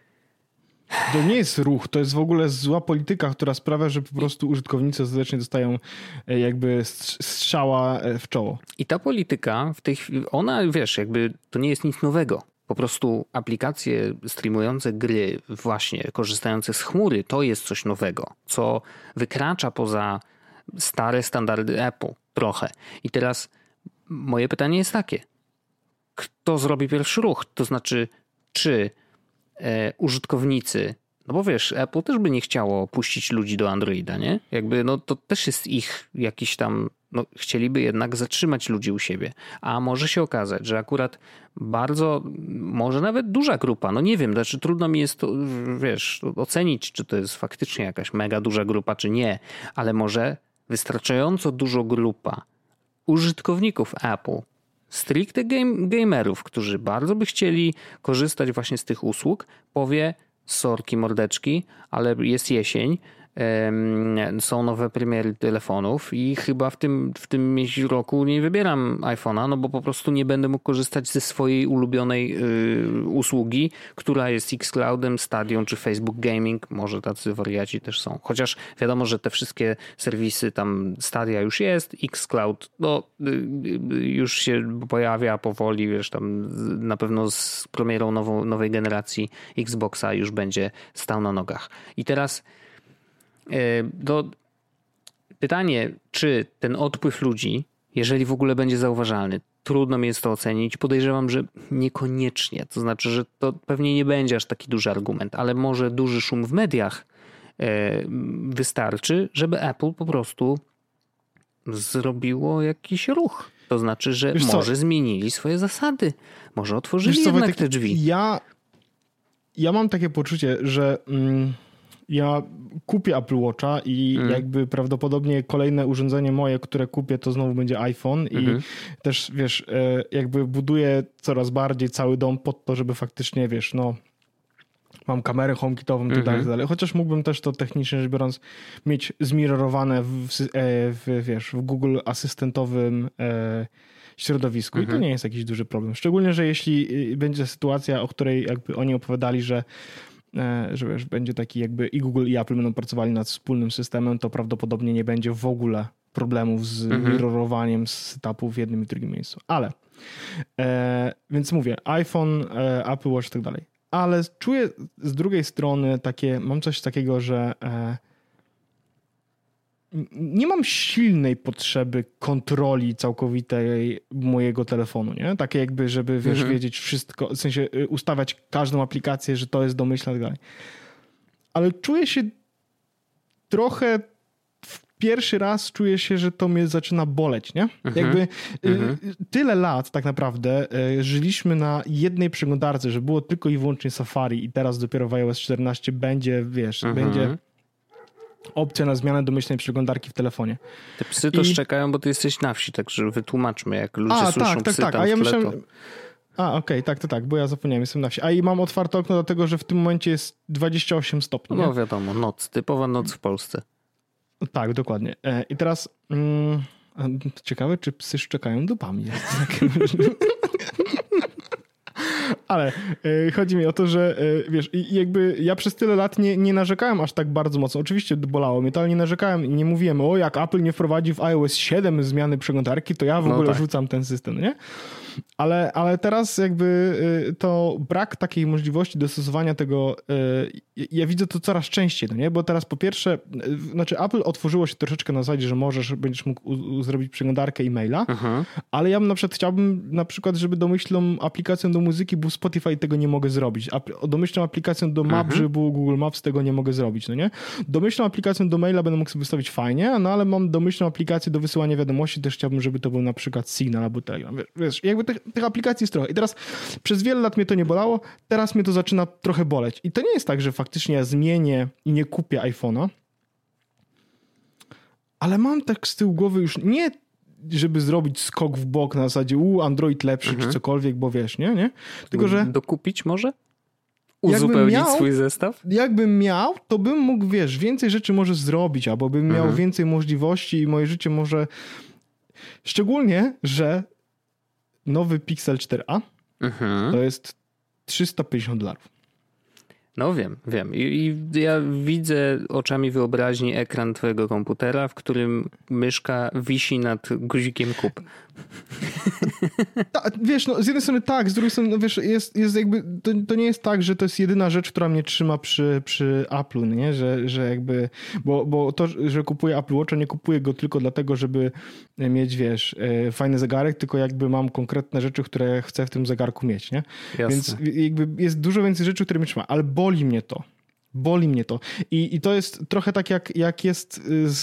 To nie jest ruch, to jest w ogóle zła polityka, która sprawia, że po prostu użytkownicy ostatecznie dostają jakby strzała w czoło. I ta polityka w tej chwili, ona wiesz, jakby to nie jest nic nowego. Po prostu aplikacje streamujące gry właśnie korzystające z chmury to jest coś nowego, co wykracza poza stare standardy Apple trochę. I teraz moje pytanie jest takie. Kto zrobi pierwszy ruch? To znaczy, czy e, użytkownicy, no bo wiesz, Apple też by nie chciało puścić ludzi do Androida, nie? Jakby no to też jest ich jakiś tam, no chcieliby jednak zatrzymać ludzi u siebie. A może się okazać, że akurat bardzo, może nawet duża grupa, no nie wiem, znaczy trudno mi jest to, wiesz, ocenić, czy to jest faktycznie jakaś mega duża grupa, czy nie, ale może wystarczająco dużo grupa użytkowników Apple, stricte game, gamerów, którzy bardzo by chcieli korzystać właśnie z tych usług, powie: sorki mordeczki, ale jest jesień, są nowe premiery telefonów i chyba w tym, w tym roku nie wybieram iPhone'a, no bo po prostu nie będę mógł korzystać ze swojej ulubionej y, usługi, która jest Xcloudem, Stadium czy Facebook Gaming. Może tacy wariaci też są. Chociaż wiadomo, że te wszystkie serwisy, tam Stadia już jest, Xcloud no, y, y, już się pojawia powoli, wiesz, tam na pewno z premierą nową, nowej generacji Xboxa już będzie stał na nogach. I teraz Do pytanie, czy ten odpływ ludzi, jeżeli w ogóle będzie zauważalny, trudno mi jest to ocenić. Podejrzewam, że niekoniecznie. To znaczy, że to pewnie nie będzie aż taki duży argument, ale może duży szum w mediach wystarczy, żeby Apple po prostu zrobiło jakiś ruch. To znaczy, że Wiesz może co? zmienili swoje zasady. Może otworzyli Wiesz jednak co, te drzwi. Ja, ja mam takie poczucie, że... Mm... Ja kupię Apple Watcha i mm. jakby prawdopodobnie kolejne urządzenie moje, które kupię, to znowu będzie iPhone mm-hmm. i też, wiesz, jakby buduję coraz bardziej cały dom pod to, żeby faktycznie, wiesz, no mam kamerę HomeKitową i mm-hmm. tak dalej. Chociaż mógłbym też to technicznie rzecz biorąc mieć zmirrorowane w, w, wiesz, w Google asystentowym środowisku mm-hmm. i to nie jest jakiś duży problem. Szczególnie, że jeśli będzie sytuacja, o której jakby oni opowiadali, że że wiesz, będzie taki jakby i Google i Apple będą pracowali nad wspólnym systemem, to prawdopodobnie nie będzie w ogóle problemów z mhm. mirrorowaniem setupów w jednym i drugim miejscu. Ale, e, więc mówię, iPhone, e, Apple Watch i tak dalej. Ale czuję z drugiej strony takie, mam coś takiego, że e, nie mam silnej potrzeby kontroli całkowitej mojego telefonu, nie? Takie jakby, żeby wiesz, mhm. wiedzieć wszystko, w sensie ustawiać każdą aplikację, że to jest domyślne i tak dalej. Ale czuję się trochę pierwszy raz czuję się, że to mnie zaczyna boleć, nie? Mhm. Jakby mhm. tyle lat tak naprawdę żyliśmy na jednej przeglądarce, że było tylko i wyłącznie Safari i teraz dopiero w iOS czternaście będzie, wiesz, mhm. będzie opcja na zmianę domyślnej przeglądarki w telefonie. Te psy to I... szczekają, bo ty jesteś na wsi, także wytłumaczmy, jak ludzie A, słyszą tak, tak, psy tak. tam A ja w tle, myślałem... to... A, okej, okay, tak, to tak, bo ja zapomniałem, jestem na wsi. A i mam otwarte okno dlatego, że w tym momencie jest dwadzieścia osiem stopni. No nie? wiadomo, noc, typowa noc w Polsce. Tak, dokładnie. I teraz mm, ciekawe, czy psy szczekają dupami. Ale y, chodzi mi o to, że y, wiesz, i jakby ja przez tyle lat nie, nie narzekałem aż tak bardzo mocno. Oczywiście bolało mnie to, ale nie narzekałem i nie mówiłem, o jak Apple nie wprowadzi w iOS siedem zmiany przeglądarki, to ja w no ogóle tak. rzucam ten system, nie? Ale, ale teraz jakby y, to brak takiej możliwości dostosowania tego, y, ja widzę to coraz częściej, no nie? Bo teraz po pierwsze, y, znaczy Apple otworzyło się troszeczkę na zasadzie, że możesz, będziesz mógł u, u, zrobić przeglądarkę e-maila, uh-huh. ale ja bym na przykład chciałbym na przykład, żeby domyślną aplikacją do muzyki był Spotify, tego nie mogę zrobić. Apl- domyślną aplikacją do map, uh-huh. żeby było Google Maps, tego nie mogę zrobić, no nie? Domyślną aplikacją do maila będę mógł sobie wystawić fajnie, no ale mam domyślną aplikację do wysyłania wiadomości, też chciałbym, żeby to był na przykład Signal albo Telegram. Wiesz, jakby tych, tych aplikacji jest trochę. I teraz przez wiele lat mnie to nie bolało, teraz mnie to zaczyna trochę boleć. I to nie jest tak, że faktycznie ja zmienię i nie kupię iPhone'a, ale mam tak z tyłu głowy już nie, żeby zrobić skok w bok na zasadzie u Android lepszy mhm. czy cokolwiek, bo wiesz, nie? nie? Tylko, że dokupić może? Uzupełnić miał, swój zestaw? Jakbym miał, to bym mógł, wiesz, więcej rzeczy może zrobić, albo bym miał mhm. więcej możliwości i moje życie może... Szczególnie, że nowy Pixel cztery a mhm. to jest trzysta pięćdziesiąt dolarów. No wiem, wiem. I, I ja widzę oczami wyobraźni ekran twojego komputera, w którym myszka wisi nad guzikiem kup. Ta, wiesz, no z jednej strony tak, z drugiej strony, no wiesz, jest, jest jakby, to, to nie jest tak, że to jest jedyna rzecz, która mnie trzyma przy, przy Apple'u, nie? Że, że jakby, bo, bo to, że kupuję Apple Watcha, nie kupuję go tylko dlatego, żeby mieć, wiesz, fajny zegarek, tylko jakby mam konkretne rzeczy, które chcę w tym zegarku mieć, nie? Jasne. Więc jakby jest dużo więcej rzeczy, które mnie trzyma, ale boli mnie to. Boli mnie to. I, i to jest trochę tak, jak, jak jest z,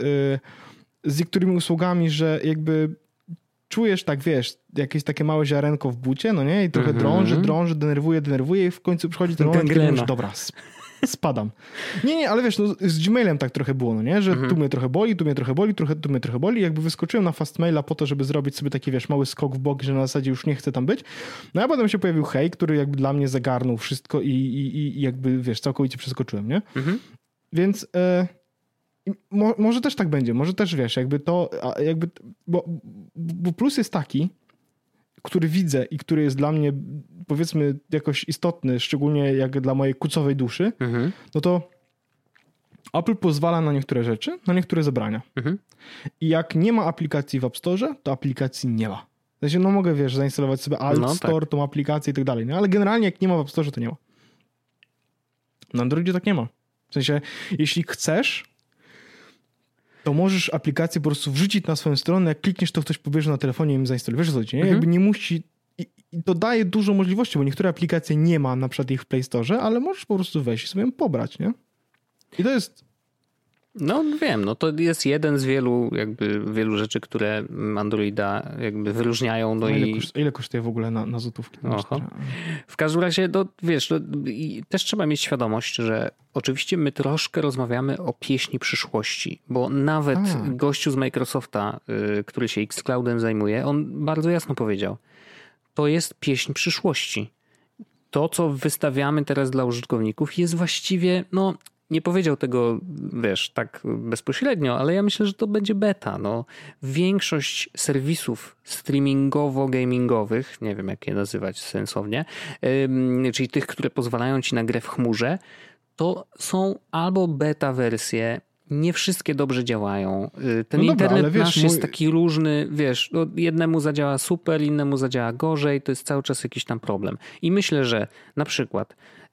z niektórymi usługami, że jakby czujesz tak, wiesz, jakieś takie małe ziarenko w bucie, no nie? I trochę mm-hmm. drąży, drąży, denerwuje, denerwuje i w końcu przychodzi ten moment, kiedy mówisz, dobra, spadam. Nie, nie, ale wiesz, no, z Gmailem tak trochę było, no nie? Że mm-hmm. tu mnie trochę boli, tu mnie trochę boli, trochę, tu mnie trochę boli. Jakby wyskoczyłem na Fastmaila po to, żeby zrobić sobie taki, wiesz, mały skok w bok, że na zasadzie już nie chcę tam być. No a potem się pojawił Hej, który jakby dla mnie zagarnął wszystko i, i, i jakby, wiesz, całkowicie przeskoczyłem, nie? Mm-hmm. Więc... E- Mo, może też tak będzie, może też wiesz, jakby to, jakby, bo, bo plus jest taki, który widzę i który jest dla mnie, powiedzmy, jakoś istotny, szczególnie jak dla mojej kucowej duszy, mhm. no to Apple pozwala na niektóre rzeczy, na niektóre zabrania. Mhm. I jak nie ma aplikacji w App Store, to aplikacji nie ma. W sensie, no mogę, wiesz, zainstalować sobie Alt no, Store, tak. tą aplikację i tak dalej, nie? Ale generalnie jak nie ma w App Store, to nie ma. Na Androidzie tak nie ma. W sensie, jeśli chcesz, to możesz aplikację po prostu wrzucić na swoją stronę, jak klikniesz, to ktoś pobierze na telefonie i im zainstaluje. Wiesz co chodzi, nie? Mhm. Jakby nie musi... I, I to daje dużo możliwości, bo niektóre aplikacje nie ma na przykład ich w Play Store, ale możesz po prostu wejść i sobie ją pobrać, nie? I to jest... No wiem, no to jest jeden z wielu jakby wielu rzeczy, które Androida jakby wyróżniają. No A ile, i... koszt, ile kosztuje w ogóle na, na złotówki? W każdym razie, no, wiesz, no, i też trzeba mieć świadomość, że oczywiście my troszkę rozmawiamy o pieśni przyszłości, bo nawet A. gościu z Microsofta, y, który się Xcloudem zajmuje, on bardzo jasno powiedział, to jest pieśń przyszłości. To, co wystawiamy teraz dla użytkowników jest właściwie, no... Nie powiedział tego, wiesz, tak bezpośrednio, ale ja myślę, że to będzie beta. No. Większość serwisów streamingowo-gamingowych, nie wiem jak je nazywać sensownie, yy, czyli tych, które pozwalają ci na grę w chmurze, to są albo beta wersje, nie wszystkie dobrze działają. Ten no dobra, internet wiesz, nasz mój... jest taki różny, wiesz, no jednemu zadziała super, innemu zadziała gorzej, to jest cały czas jakiś tam problem. I myślę, że na przykład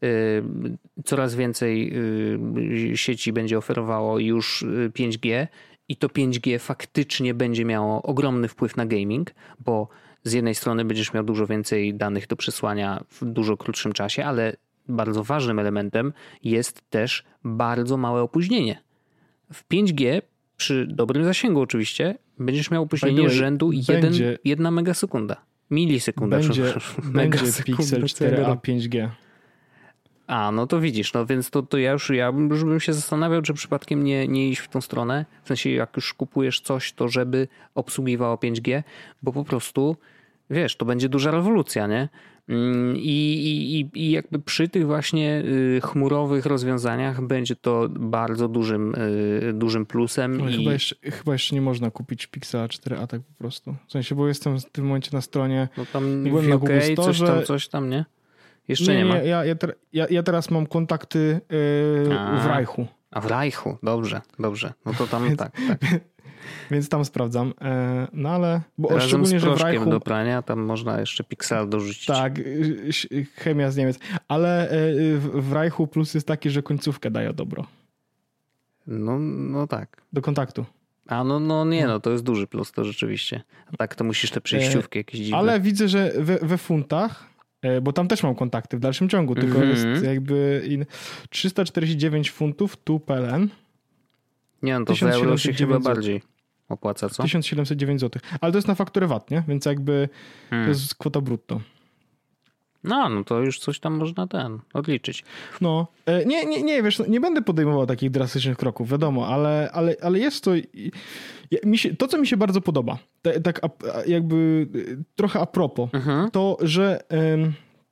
coraz więcej sieci będzie oferowało już pięć G i to pięć G faktycznie będzie miało ogromny wpływ na gaming, bo z jednej strony będziesz miał dużo więcej danych do przesłania w dużo krótszym czasie, ale bardzo ważnym elementem jest też bardzo małe opóźnienie. W pięć G przy dobrym zasięgu oczywiście będziesz miał opóźnienie rzędu jedna megasekunda. Milisekunda. Będzie, będzie Pixel cztery a pięć G. A, no to widzisz, no więc to, to ja już ja już bym się zastanawiał, czy przypadkiem nie, nie iść w tą stronę. W sensie jak już kupujesz coś, to żeby obsługiwało pięć G, bo po prostu, wiesz, to będzie duża rewolucja, nie? I, i, i jakby przy tych właśnie chmurowych rozwiązaniach będzie to bardzo dużym, dużym plusem. No, i... chyba, jeszcze, chyba jeszcze nie można kupić Pixela cztery a tak po prostu. W sensie, bo jestem w tym momencie na stronie... No tam w U K coś tam, coś tam, nie? Jeszcze nie, nie ma? Ja, ja, ter, ja, ja teraz mam kontakty yy, w Reichu. A w Reichu, dobrze, dobrze. No to tam więc, tak, tak. Więc tam sprawdzam. No ale... Bo razem szczególnie, z proszkiem że w Reichu, do prania, tam można jeszcze Pixel dorzucić. Tak, chemia z Niemiec. Ale w Reichu plus jest taki, że końcówkę daje dobro. No, no tak. Do kontaktu. A no, no nie, no to jest duży plus, to rzeczywiście. A tak to musisz te przejściówki jakieś dziwne. Ale widzę, że we, we funtach, bo tam też mam kontakty w dalszym ciągu, tylko mm-hmm. jest jakby in, trzysta czterdzieści dziewięć funtów, tu P L N. Nie, no to w euro się chyba bardziej opłaca, co? tysiąc siedemset dziewięć złotych. Ale to jest na fakturę V A T, nie? Więc jakby hmm. to jest kwota brutto. No, no to już coś tam można ten odliczyć. No, nie, nie, nie, wiesz, nie będę podejmował takich drastycznych kroków, wiadomo, ale, ale, ale jest to, mi się, to co mi się bardzo podoba, tak jakby trochę a propos, mhm. to, że um,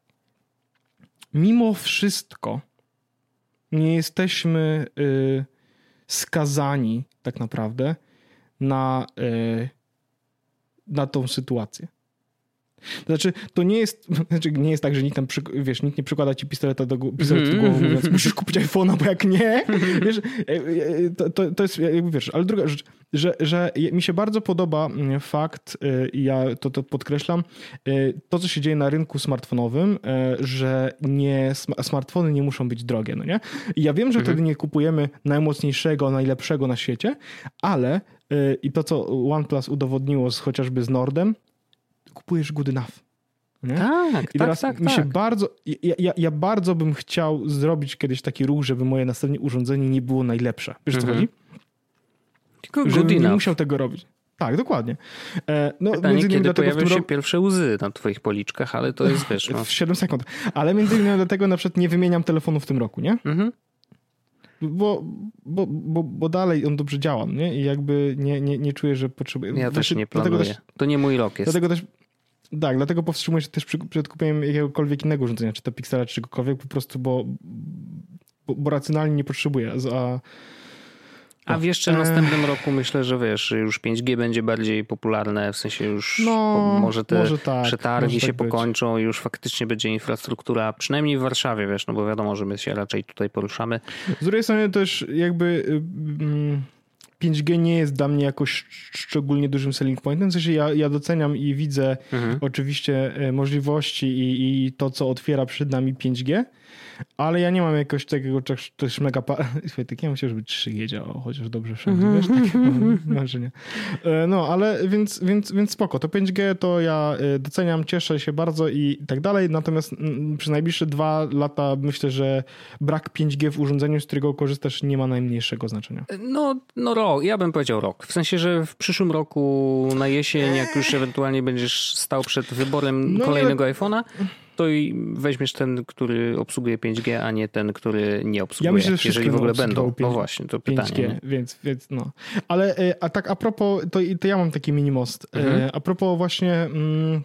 mimo wszystko nie jesteśmy y, skazani tak naprawdę na, y, na tą sytuację. To znaczy, to nie jest, znaczy nie jest tak, że nikt tam, wiesz, nikt nie przykłada ci pistoleta do, pistolet do głowy, mówiąc, musisz kupić iPhone'a, bo jak nie, wiesz, to, to, to jest, jakby wiesz, ale druga rzecz, że, że mi się bardzo podoba fakt, i ja to, to podkreślam, to, co się dzieje na rynku smartfonowym, że nie, smartfony nie muszą być drogie, no nie? I ja wiem, że mhm. wtedy nie kupujemy najmocniejszego, najlepszego na świecie, ale i to, co OnePlus udowodniło z, chociażby z Nordem, kupujesz good enough. Nie? Tak, I teraz tak, tak, mi się tak. bardzo, ja, ja, ja bardzo bym chciał zrobić kiedyś taki ruch, żeby moje następne urządzenie nie było najlepsze. Wiesz, mhm. co chodzi? Tylko żebym good nie enough. musiał tego robić. Tak, dokładnie. E, no, Pytanie, między innymi kiedy dlatego pojawią się rok... pierwsze łzy na twoich policzkach, ale to jest, wiesz... No. W siedem sekund. Ale między innymi dlatego na przykład nie wymieniam telefonu w tym roku, nie? Mhm. Bo, bo, bo, bo dalej on dobrze działa, nie? I jakby nie, nie, nie czuję, że potrzebuję... Ja też nie planuję. Też, to nie mój rok jest. Dlatego też... Tak, dlatego powstrzymuję się też przed kupieniem jakiegokolwiek innego urządzenia, czy to Pixela, czy czegokolwiek, po prostu, bo, bo, bo racjonalnie nie potrzebuję. A, a w jeszcze następnym roku myślę, że wiesz, już pięć G będzie bardziej popularne, w sensie już no, może te może tak, przetargi może się tak pokończą być. i już faktycznie będzie infrastruktura, przynajmniej w Warszawie, wiesz, no bo wiadomo, że my się raczej tutaj poruszamy. Z drugiej strony też jakby... Mm, pięć G nie jest dla mnie jakoś szczególnie dużym selling pointem, w sensie ja, ja doceniam i widzę mhm. oczywiście możliwości i, i to, co otwiera przed nami pięć G, ale ja nie mam jakoś takiego też, też mega... Pa... Słuchaj, tak ja myślę, żeby trzy G działało, chociaż dobrze wszędzie, wiesz, takie marzenie. No, ale więc, więc, więc spoko, to pięć G to ja doceniam, cieszę się bardzo i tak dalej, natomiast przez najbliższe dwa lata myślę, że brak pięć G w urządzeniu, z którego korzystasz, nie ma najmniejszego znaczenia. No, no rok, ja bym powiedział rok. W sensie, że w przyszłym roku na jesień, jak już ewentualnie będziesz stał przed wyborem no kolejnego nie... iPhone'a, to i weźmiesz ten, który obsługuje pięć G, a nie ten, który nie obsługuje. Ja myślę, że jeżeli w ogóle będą. pięć, no właśnie, to pytanie. pięć G, więc, więc no. Ale a tak a propos, to, to ja mam taki mini most. Mhm. A propos właśnie mm,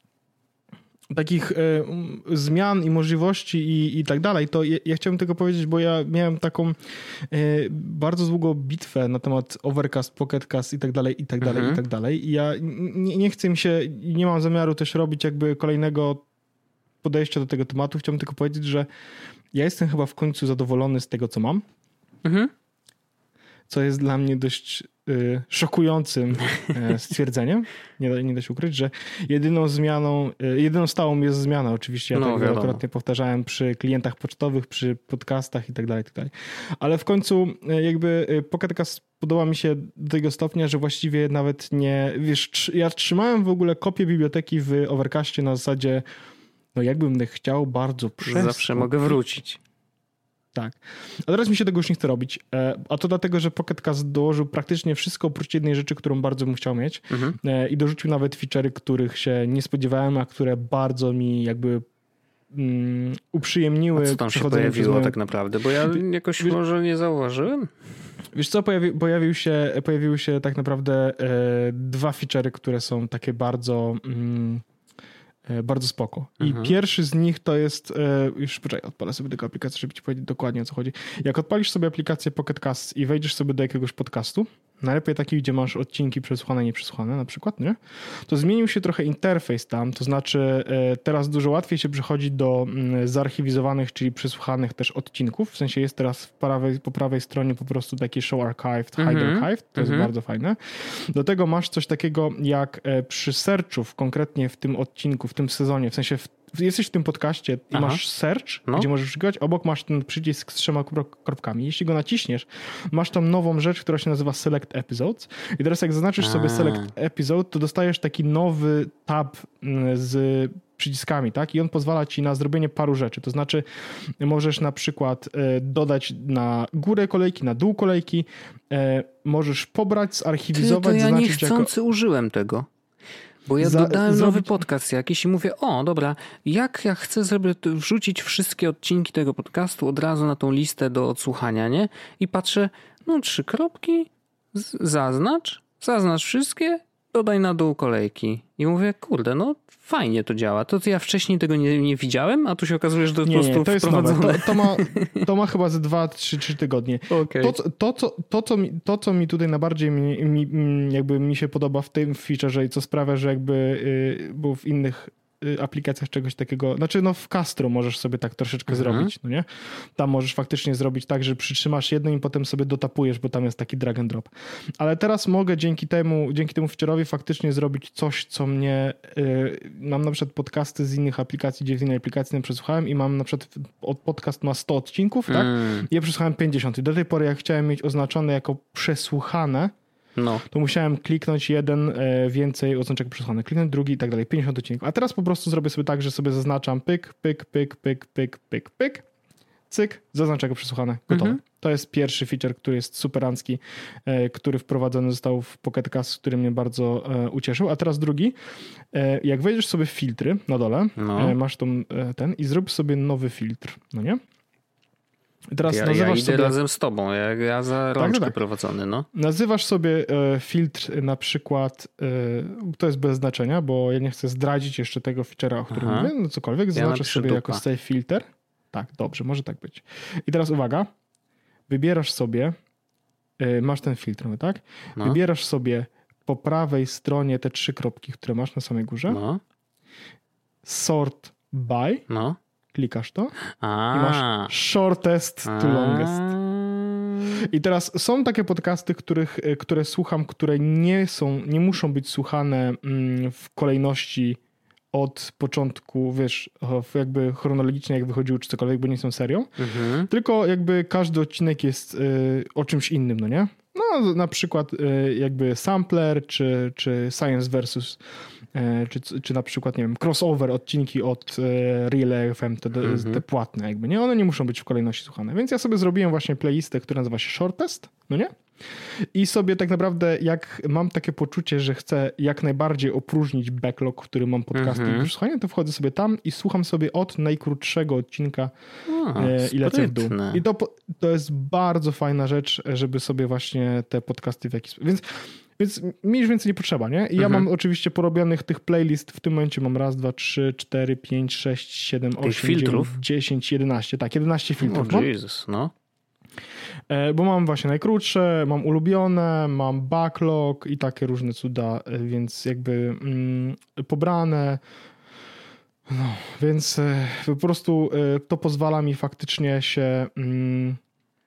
takich y, zmian i możliwości i, i tak dalej, to ja, ja chciałbym tego powiedzieć, bo ja miałem taką y, bardzo długą bitwę na temat Overcast, Pocketcast i tak dalej, i tak dalej, mhm. i tak dalej. I ja nie, nie chcę mi się, nie mam zamiaru też robić jakby kolejnego podejścia do tego tematu. Chciałbym tylko powiedzieć, że ja jestem chyba w końcu zadowolony z tego, co mam. Mhm. Co jest dla mnie dość y, szokującym y, stwierdzeniem. Nie da, nie da się ukryć, że jedyną zmianą, y, jedyną stałą jest zmiana. Oczywiście ja no, tak wielokrotnie powtarzałem przy klientach pocztowych, przy podcastach i tak dalej, tak dalej. Ale w końcu y, jakby y, Pocketcast podoba mi się do tego stopnia, że właściwie nawet nie... Wiesz, tr- ja trzymałem w ogóle kopię biblioteki w Overcastie na zasadzie no jakbym chciał bardzo przez... Zawsze mogę wrócić. Tak. A teraz mi się tego już nie chce robić. A to dlatego, że Pocket Cast dołożył praktycznie wszystko oprócz jednej rzeczy, którą bardzo bym chciał mieć. Mhm. I dorzucił nawet feature'y, których się nie spodziewałem, a które bardzo mi jakby um, uprzyjemniły. A co tam się pojawiło moją... tak naprawdę? Bo ja jakoś wiesz, może nie zauważyłem. Wiesz co, pojawi, pojawił się, pojawiły się tak naprawdę e, dwa feature'y, które są takie bardzo... Mm, bardzo spoko. I mhm. pierwszy z nich to jest, już poczekaj, odpalę sobie tego aplikację, żeby ci powiedzieć dokładnie o co chodzi. Jak odpalisz sobie aplikację Pocket Cast i wejdziesz sobie do jakiegoś podcastu, najlepiej taki, gdzie masz odcinki przesłuchane, nieprzesłuchane na przykład, nie? To zmienił się trochę interfejs tam, to znaczy teraz dużo łatwiej się przechodzi do zarchiwizowanych, czyli przesłuchanych też odcinków, w sensie jest teraz w prawej, po prawej stronie po prostu taki show archived, hide mm-hmm. archived, to mm-hmm. jest bardzo fajne. Do tego masz coś takiego jak przy searchu, konkretnie w tym odcinku, w tym sezonie, w sensie w jesteś w tym podcaście i Aha. masz search, no. gdzie możesz wyszukiwać, obok masz ten przycisk z trzema kropkami. Jeśli go naciśniesz, masz tam nową rzecz, która się nazywa Select Episodes i teraz jak zaznaczysz A. sobie Select Episode, to dostajesz taki nowy tab z przyciskami, tak? I on pozwala ci na zrobienie paru rzeczy. To znaczy możesz na przykład dodać na górę kolejki, na dół kolejki, możesz pobrać, zarchiwizować, Ty, to ja zaznaczyć niechcący jako... użyłem tego. Bo ja Za, dodałem zrobić... nowy podcast jakiś i mówię, o dobra, jak ja chcę sobie wrzucić wszystkie odcinki tego podcastu od razu na tą listę do odsłuchania, nie? I patrzę, no trzy kropki, zaznacz, zaznacz wszystkie, dodaj na dół kolejki. I mówię, kurde, no fajnie to działa. To ja wcześniej tego nie, nie widziałem, a tu się okazuje, że to jest nie, po prostu nie, to jest nowe. To, to, ma, to ma chyba ze dwa, trzy, trzy tygodnie. Okay. To, to, to, to, co mi, to, co mi tutaj najbardziej mi, mi, jakby mi się podoba w tym featureze i co sprawia, że jakby, yy, bo w innych aplikacjach czegoś takiego, znaczy no w Castro możesz sobie tak troszeczkę mhm. zrobić, no nie? Tam możesz faktycznie zrobić tak, że przytrzymasz jedno i potem sobie dotapujesz, bo tam jest taki drag and drop. Ale teraz mogę dzięki temu, dzięki temu feature'owi faktycznie zrobić coś, co mnie, yy, mam na przykład podcasty z innych aplikacji, gdzie w innej aplikacji nie przesłuchałem i mam na przykład, podcast ma sto odcinków, tak? Mm. I ja przesłuchałem pięćdziesiąt i do tej pory jak chciałem mieć oznaczone jako przesłuchane, no. to musiałem kliknąć jeden e, więcej oznaczek przesłane, kliknąć drugi i tak dalej, pięćdziesiąt odcinków. A teraz po prostu zrobię sobie tak, że sobie zaznaczam pyk, pyk, pyk, pyk, pyk, pyk, pyk, cyk, zaznaczę go przesłuchane, gotowe. Mhm. To jest pierwszy feature, który jest superancki, e, który wprowadzony został w Pocket Cast, który mnie bardzo e, ucieszył. A teraz drugi, e, jak wejdziesz sobie w filtry na dole, no. e, masz tą, e, ten i zrób sobie nowy filtr, no nie? Teraz ja, nazywasz ja idę sobie... razem z tobą, ja, ja za rączkę tak, tak. prowadzony. No. Nazywasz sobie e, filtr na przykład, e, to jest bez znaczenia, bo ja nie chcę zdradzić jeszcze tego feature'a, o którym Aha. mówię, no cokolwiek, zaznaczasz ja sobie dupa. jako save filter. Tak, dobrze, może tak być. I teraz uwaga, wybierasz sobie, e, masz ten filtr, tak? No. Wybierasz sobie po prawej stronie te trzy kropki, które masz na samej górze. No. Sort by. No. Klikasz to A. i masz shortest to longest. I teraz są takie podcasty, których, które słucham, które nie są, nie muszą być słuchane w kolejności od początku, wiesz, jakby chronologicznie jak wychodziły czy cokolwiek, bo nie są serią, mhm. tylko jakby każdy odcinek jest o czymś innym, no nie? No na przykład jakby sampler, czy, czy science versus Czy, czy na przykład, nie wiem, crossover odcinki od Real F M, te, mm-hmm. te płatne jakby, nie? One nie muszą być w kolejności słuchane. Więc ja sobie zrobiłem właśnie playlistę, która nazywa się Shortest, no nie? I sobie tak naprawdę, jak mam takie poczucie, że chcę jak najbardziej opróżnić backlog, który mam podcasty mm-hmm. do słuchania, to wchodzę sobie tam i słucham sobie od najkrótszego odcinka o, e, i lecę w dół. I to, to jest bardzo fajna rzecz, żeby sobie właśnie te podcasty w jakiś sposób... Więc Więc mi już więcej nie potrzeba, nie? I ja mhm. mam oczywiście porobionych tych playlist, w tym momencie mam raz, dwa, trzy, cztery, pięć, sześć, siedem, osiem, dziewięć, dziesięć, jedenaście. Tak, jedenaście filtrów. O Jezus, no. E, bo mam właśnie najkrótsze, mam ulubione, mam backlog i takie różne cuda, więc jakby mm, pobrane. No, więc e, po prostu e, to pozwala mi faktycznie się... Mm,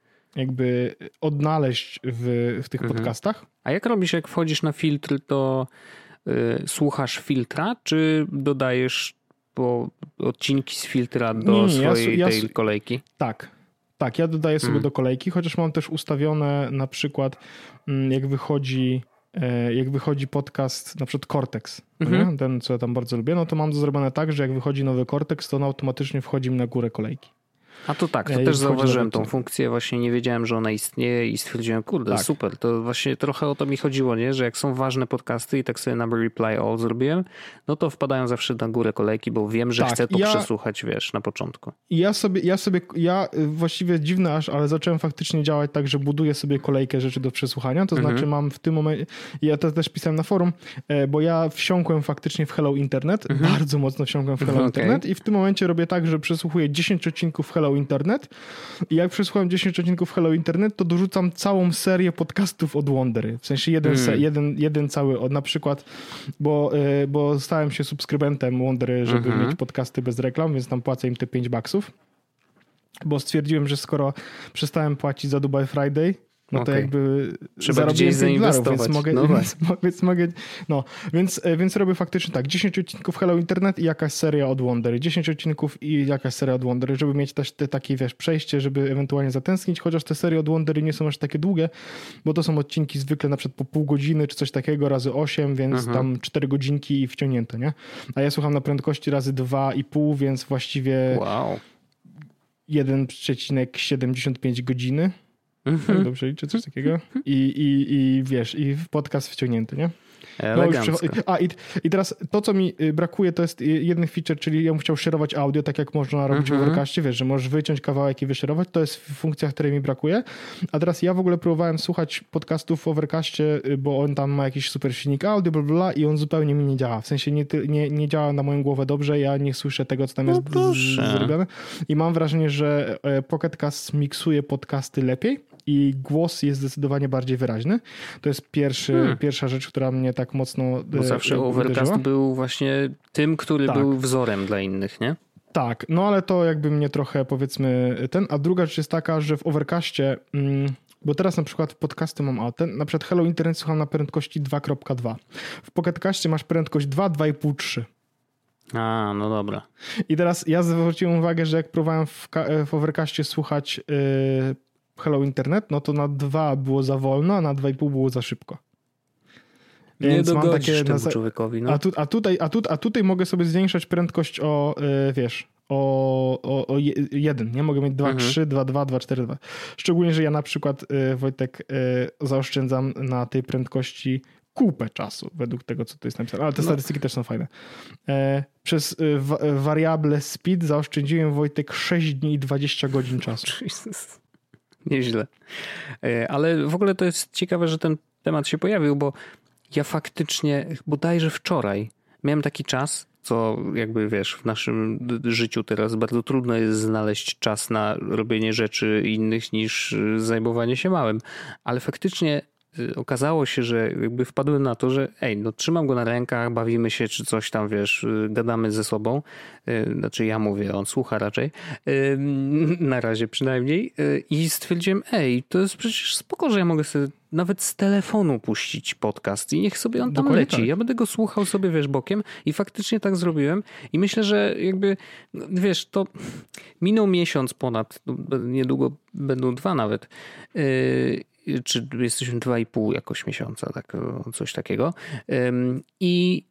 jakby odnaleźć w, w tych mhm. podcastach. A jak robisz, jak wchodzisz na filtr, to y, słuchasz filtra, czy dodajesz po odcinki z filtra do nie, nie, swojej ja, tej ja, kolejki? Tak, tak, ja dodaję sobie hmm. do kolejki, chociaż mam też ustawione na przykład jak wychodzi jak wychodzi podcast, na przykład Cortex, mhm. ten co ja tam bardzo lubię, no to mam to zrobione tak, że jak wychodzi nowy Cortex, to on automatycznie wchodzi mi na górę kolejki. A to tak, to ja też zauważyłem tą funkcję, właśnie nie wiedziałem, że ona istnieje i stwierdziłem, kurde, tak. super, to właśnie trochę o to mi chodziło, nie? Że jak są ważne podcasty i tak sobie na reply all zrobiłem, no to wpadają zawsze na górę kolejki, bo wiem, że tak, chcę to ja, przesłuchać, wiesz, na początku. Ja sobie, ja sobie, ja właściwie dziwne aż, ale zacząłem faktycznie działać tak, że buduję sobie kolejkę rzeczy do przesłuchania, to mhm. znaczy mam w tym momencie, ja to też pisałem na forum, bo ja wsiąkłem faktycznie w Hello Internet, mhm. bardzo mocno wsiąkłem w Hello okay. Internet i w tym momencie robię tak, że przesłuchuję dziesięć odcinków Hello Hello Internet i jak przesłuchałem dziesięć odcinków Hello Internet, to dorzucam całą serię podcastów od Wondery. W sensie jeden, hmm. se, jeden, jeden cały, od na przykład, bo, yy, bo stałem się subskrybentem Wondery, żeby mm-hmm. mieć podcasty bez reklam, więc tam płacę im te pięć baksów. Bo stwierdziłem, że skoro przestałem płacić za Dubai Friday, no to okay. jakby trzeba zarobiłem gdzieś zainwestować. Dolarów, więc mogę, no więc, więc mogę, no, więc, więc robię faktycznie tak, dziesięć odcinków Hello Internet i jakaś seria od Wondery, dziesięć odcinków i jakaś seria od Wondery, żeby mieć też te takie, wiesz, przejście, żeby ewentualnie zatęsknić, chociaż te serie od Wondery nie są aż takie długie, bo to są odcinki zwykle na przykład po pół godziny czy coś takiego, razy osiem, więc mhm. tam cztery godzinki i wciągnięte, nie? A ja słucham na prędkości razy dwa i pół, więc właściwie wow. jeden przecinek siedemdziesiąt pięć godziny. Mm-hmm. Tak dobrze liczę, coś takiego. I, i, i wiesz, i podcast wciągnięty, nie? No już A i, i teraz to, co mi brakuje, to jest jeden feature, czyli ja bym chciał szerować audio, tak jak można robić mm-hmm. w Overcastie, wiesz, że możesz wyciąć kawałek i wyszerować. To jest funkcja, której mi brakuje. A teraz ja w ogóle próbowałem słuchać podcastów w Overcastie, bo on tam ma jakiś super silnik audio, bla, bla, bla, i on zupełnie mi nie działa. W sensie nie, nie, nie działa na moją głowę dobrze, ja nie słyszę tego, co tam no jest z, zrobione. I mam wrażenie, że Pocket Cast miksuje podcasty lepiej i głos jest zdecydowanie bardziej wyraźny. To jest pierwszy, hmm. pierwsza rzecz, która mnie tak mocno Bo zawsze e, Overcast uderzyła. Był właśnie tym, który tak. był wzorem dla innych, nie? Tak, no ale to jakby mnie trochę, powiedzmy, ten, a druga rzecz jest taka, że w Overcastie, mm, bo teraz na przykład podcasty mam, a ten, na przykład Hello Internet słucham na prędkości dwa kropka dwa. W Pocketcastie masz prędkość dwa, dwa i pół, trzy. A, no dobra. I teraz ja zwróciłem uwagę, że jak próbowałem w, w Overcastie słuchać yy, Hello Internet, no to na dwa było za wolno, a na dwa i pół było za szybko. Więc nie mam takie temu na... człowiekowi. No. A, tu, a, tutaj, a, tu, a tutaj mogę sobie zwiększać prędkość o, yy, wiesz, o, o, o jeden. Nie mogę mieć dwa, trzy, dwa, dwa, dwa, cztery, dwa. Szczególnie, że ja na przykład, yy, Wojtek, yy, zaoszczędzam na tej prędkości kupę czasu, według tego, co tu jest napisane. Ale te no. statystyki też są fajne. E, przez wa- wariable speed zaoszczędziłem, Wojtek, sześć dni i dwadzieścia godzin czasu. Jesus. Nieźle. Ale w ogóle to jest ciekawe, że ten temat się pojawił, bo ja faktycznie, bodajże wczoraj miałem taki czas, co jakby wiesz, w naszym życiu teraz bardzo trudno jest znaleźć czas na robienie rzeczy innych niż zajmowanie się małym. Ale faktycznie okazało się, że jakby wpadłem na to, że ej, no trzymam go na rękach, bawimy się czy coś tam, wiesz, gadamy ze sobą. Znaczy ja mówię, on słucha raczej. Na razie przynajmniej. I stwierdziłem, ej, to jest przecież spoko, że ja mogę sobie nawet z telefonu puścić podcast i niech sobie on tam Dokładnie leci. Tak. Ja będę go słuchał sobie, wiesz, bokiem i faktycznie tak zrobiłem i myślę, że jakby, wiesz, to minął miesiąc ponad, niedługo będą dwa nawet, czy jesteśmy dwa i pół jakoś miesiąca, tak, coś takiego. I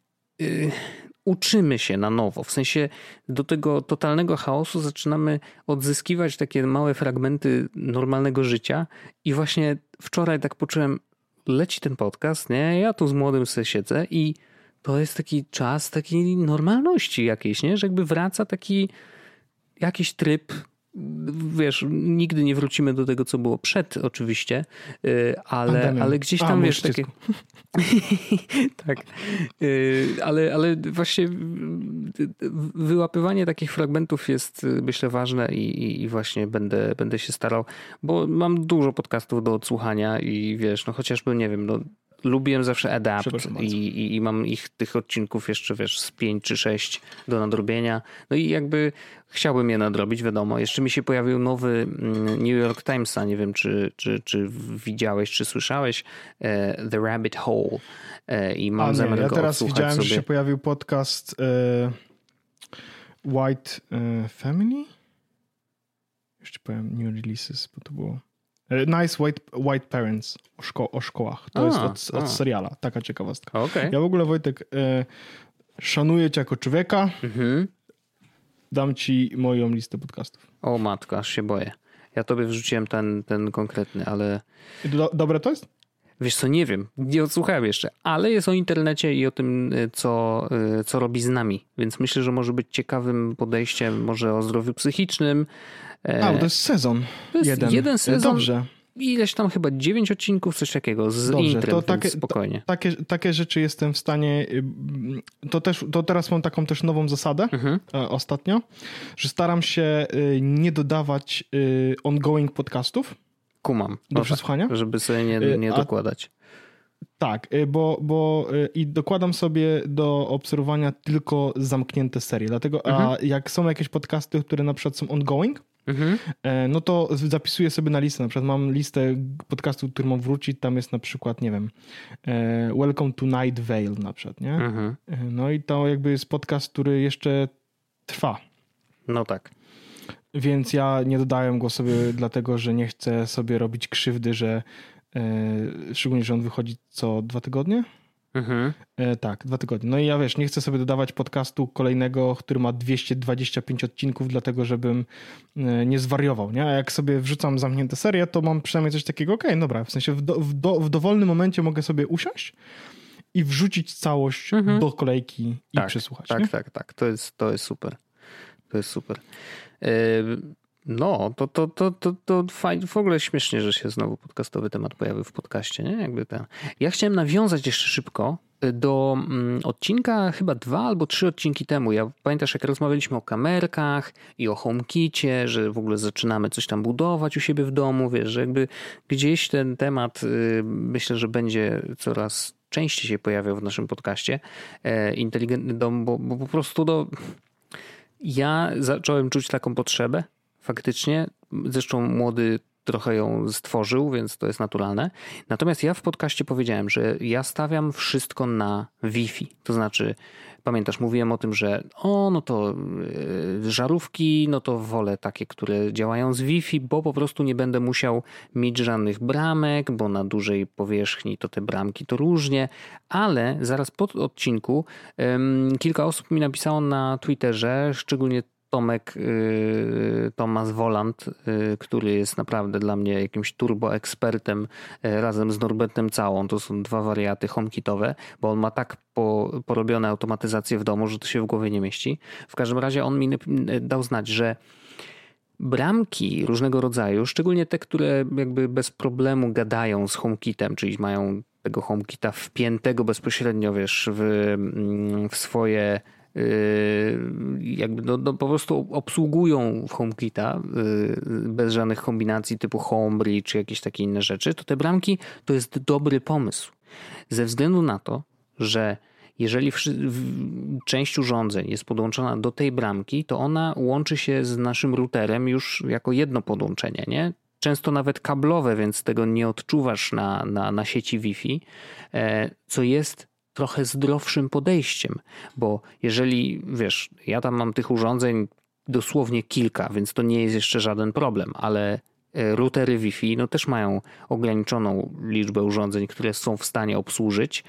uczymy się na nowo. W sensie do tego totalnego chaosu zaczynamy odzyskiwać takie małe fragmenty normalnego życia i właśnie wczoraj tak poczułem, leci ten podcast, nie? Ja tu z młodym sobie siedzę i to jest taki czas takiej normalności jakiejś, nie? Że jakby wraca taki jakiś tryb. Wiesz, nigdy nie wrócimy do tego, co było przed oczywiście, ale, ale gdzieś tam, A, wiesz, takie... tak, ale, ale właśnie wyłapywanie takich fragmentów jest, myślę, ważne i, i właśnie będę, będę się starał, bo mam dużo podcastów do odsłuchania i wiesz, no chociażby, nie wiem, no lubiłem zawsze Adapt i, i, i mam ich tych odcinków jeszcze, wiesz, z pięć czy sześć do nadrobienia. No i jakby chciałbym je nadrobić, wiadomo. Jeszcze mi się pojawił nowy New York Timesa, nie wiem, czy, czy, czy widziałeś, czy słyszałeś, The Rabbit Hole. I mam zamiar go Ja teraz widziałem, sobie. że się pojawił podcast uh, White uh, Family? Jeszcze powiem New Releases, bo to było... Nice White, White Parents o, szko- o szkołach. To a, jest od, od seriala. Taka ciekawostka. Okay. Ja w ogóle, Wojtek, e, szanuję cię jako człowieka. Mhm. Dam ci moją listę podcastów. O matko, aż się boję. Ja tobie wrzuciłem ten, ten konkretny, ale... Do, dobre to jest? Wiesz co, nie wiem. Nie odsłuchałem jeszcze. Ale jest o internecie i o tym, co, co robi z nami. Więc myślę, że może być ciekawym podejściem może o zdrowiu psychicznym. A, bo to jest sezon. To jest jeden, jeden sezon. Dobrze. ileś tam chyba dziewięć odcinków, coś takiego, z Dobrze, intrem, to takie, spokojnie. To, takie, takie rzeczy jestem w stanie, to też, to teraz mam taką też nową zasadę mhm. ostatnio, że staram się nie dodawać ongoing podcastów. Kumam. Do przesłuchania. Tak, żeby sobie nie, nie dokładać. A, tak, bo, bo i dokładam sobie do obserwowania tylko zamknięte serie, dlatego mhm. a jak są jakieś podcasty, które na przykład są ongoing, mhm. no to zapisuję sobie na listę. Na przykład mam listę podcastów, które mam wrócić. Tam jest na przykład, nie wiem, Welcome to Night Vale na przykład, nie? Mhm. No i to jakby jest podcast, który jeszcze trwa. No tak. Więc ja nie dodałem go sobie dlatego, że nie chcę sobie robić krzywdy, że szczególnie, że on wychodzi co dwa tygodnie. Mhm. E, tak, dwa tygodnie. No i ja wiesz, nie chcę sobie dodawać podcastu kolejnego, który ma dwieście dwadzieścia pięć odcinków, dlatego żebym e, nie zwariował, nie? A jak sobie wrzucam zamknięte serie, to mam przynajmniej coś takiego, okej, okay, dobra, w sensie w, do, w, do, w dowolnym momencie mogę sobie usiąść i wrzucić całość mhm. do kolejki i tak, przesłuchać. Tak, nie? tak, tak. To jest, to jest super. To jest super. Yy... No, to, to, to, to, to fajnie, w ogóle śmiesznie, że się znowu podcastowy temat pojawił w podcaście, nie? Jakby ten. Ja chciałem nawiązać jeszcze szybko do mm, odcinka chyba dwa albo trzy odcinki temu. Ja pamiętasz, jak rozmawialiśmy o kamerkach i o HomeKicie, że w ogóle zaczynamy coś tam budować u siebie w domu, wiesz, że jakby gdzieś ten temat y, myślę, że będzie coraz częściej się pojawiał w naszym podcaście. E, inteligentny dom, bo, bo po prostu do... ja zacząłem czuć taką potrzebę. Faktycznie, zresztą młody trochę ją stworzył, więc to jest naturalne. Natomiast ja w podcaście powiedziałem, że ja stawiam wszystko na Wi-Fi. To znaczy, pamiętasz, mówiłem o tym, że o, no to yy, żarówki, no to wolę takie, które działają z Wi-Fi, bo po prostu nie będę musiał mieć żadnych bramek, bo na dużej powierzchni to te bramki to różnie, ale zaraz po odcinku yy, kilka osób mi napisało na Twitterze, szczególnie Tomek, yy, Tomasz Woland, yy, który jest naprawdę dla mnie jakimś turbo ekspertem yy, razem z Norbertem Całą. To są dwa wariaty HomeKitowe, bo on ma tak po, porobione automatyzacje w domu, że to się w głowie nie mieści. W każdym razie on mi dał znać, że bramki różnego rodzaju, szczególnie te, które jakby bez problemu gadają z HomeKitem, czyli mają tego HomeKita wpiętego bezpośrednio, wiesz, w, w swoje... jakby no, no, po prostu obsługują HomeKita bez żadnych kombinacji typu Homebridge czy jakieś takie inne rzeczy, to te bramki to jest dobry pomysł. Ze względu na to, że jeżeli część urządzeń jest podłączona do tej bramki, to ona łączy się z naszym routerem już jako jedno podłączenie, nie? Często nawet kablowe, więc tego nie odczuwasz na, na, na sieci Wi-Fi, co jest trochę zdrowszym podejściem, bo jeżeli, wiesz, ja tam mam tych urządzeń dosłownie kilka, więc to nie jest jeszcze żaden problem, ale routery Wi-Fi no też mają ograniczoną liczbę urządzeń, które są w stanie obsłużyć,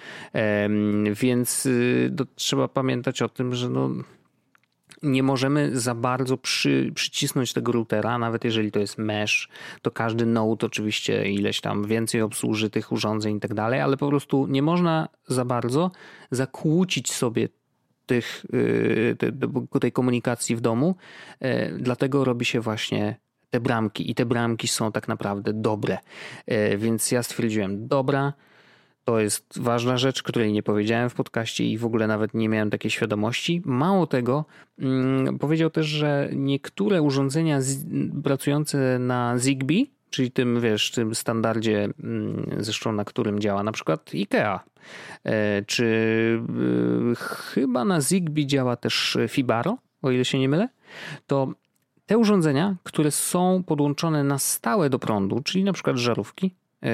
więc to trzeba pamiętać o tym, że no nie możemy za bardzo przy, przycisnąć tego routera, nawet jeżeli to jest mesh, to każdy node oczywiście ileś tam więcej obsłuży tych urządzeń i tak dalej, ale po prostu nie można za bardzo zakłócić sobie tych, tej, tej komunikacji w domu, dlatego robi się właśnie te bramki i te bramki są tak naprawdę dobre, więc ja stwierdziłem, dobra, to jest ważna rzecz, której nie powiedziałem w podcaście i w ogóle nawet nie miałem takiej świadomości. Mało tego, hmm, powiedział też, że niektóre urządzenia z, pracujące na Zigbee, czyli tym, wiesz, tym standardzie, hmm, zresztą na którym działa na przykład IKEA, e, czy e, chyba na Zigbee działa też Fibaro, o ile się nie mylę, to te urządzenia, które są podłączone na stałe do prądu, czyli na przykład żarówki,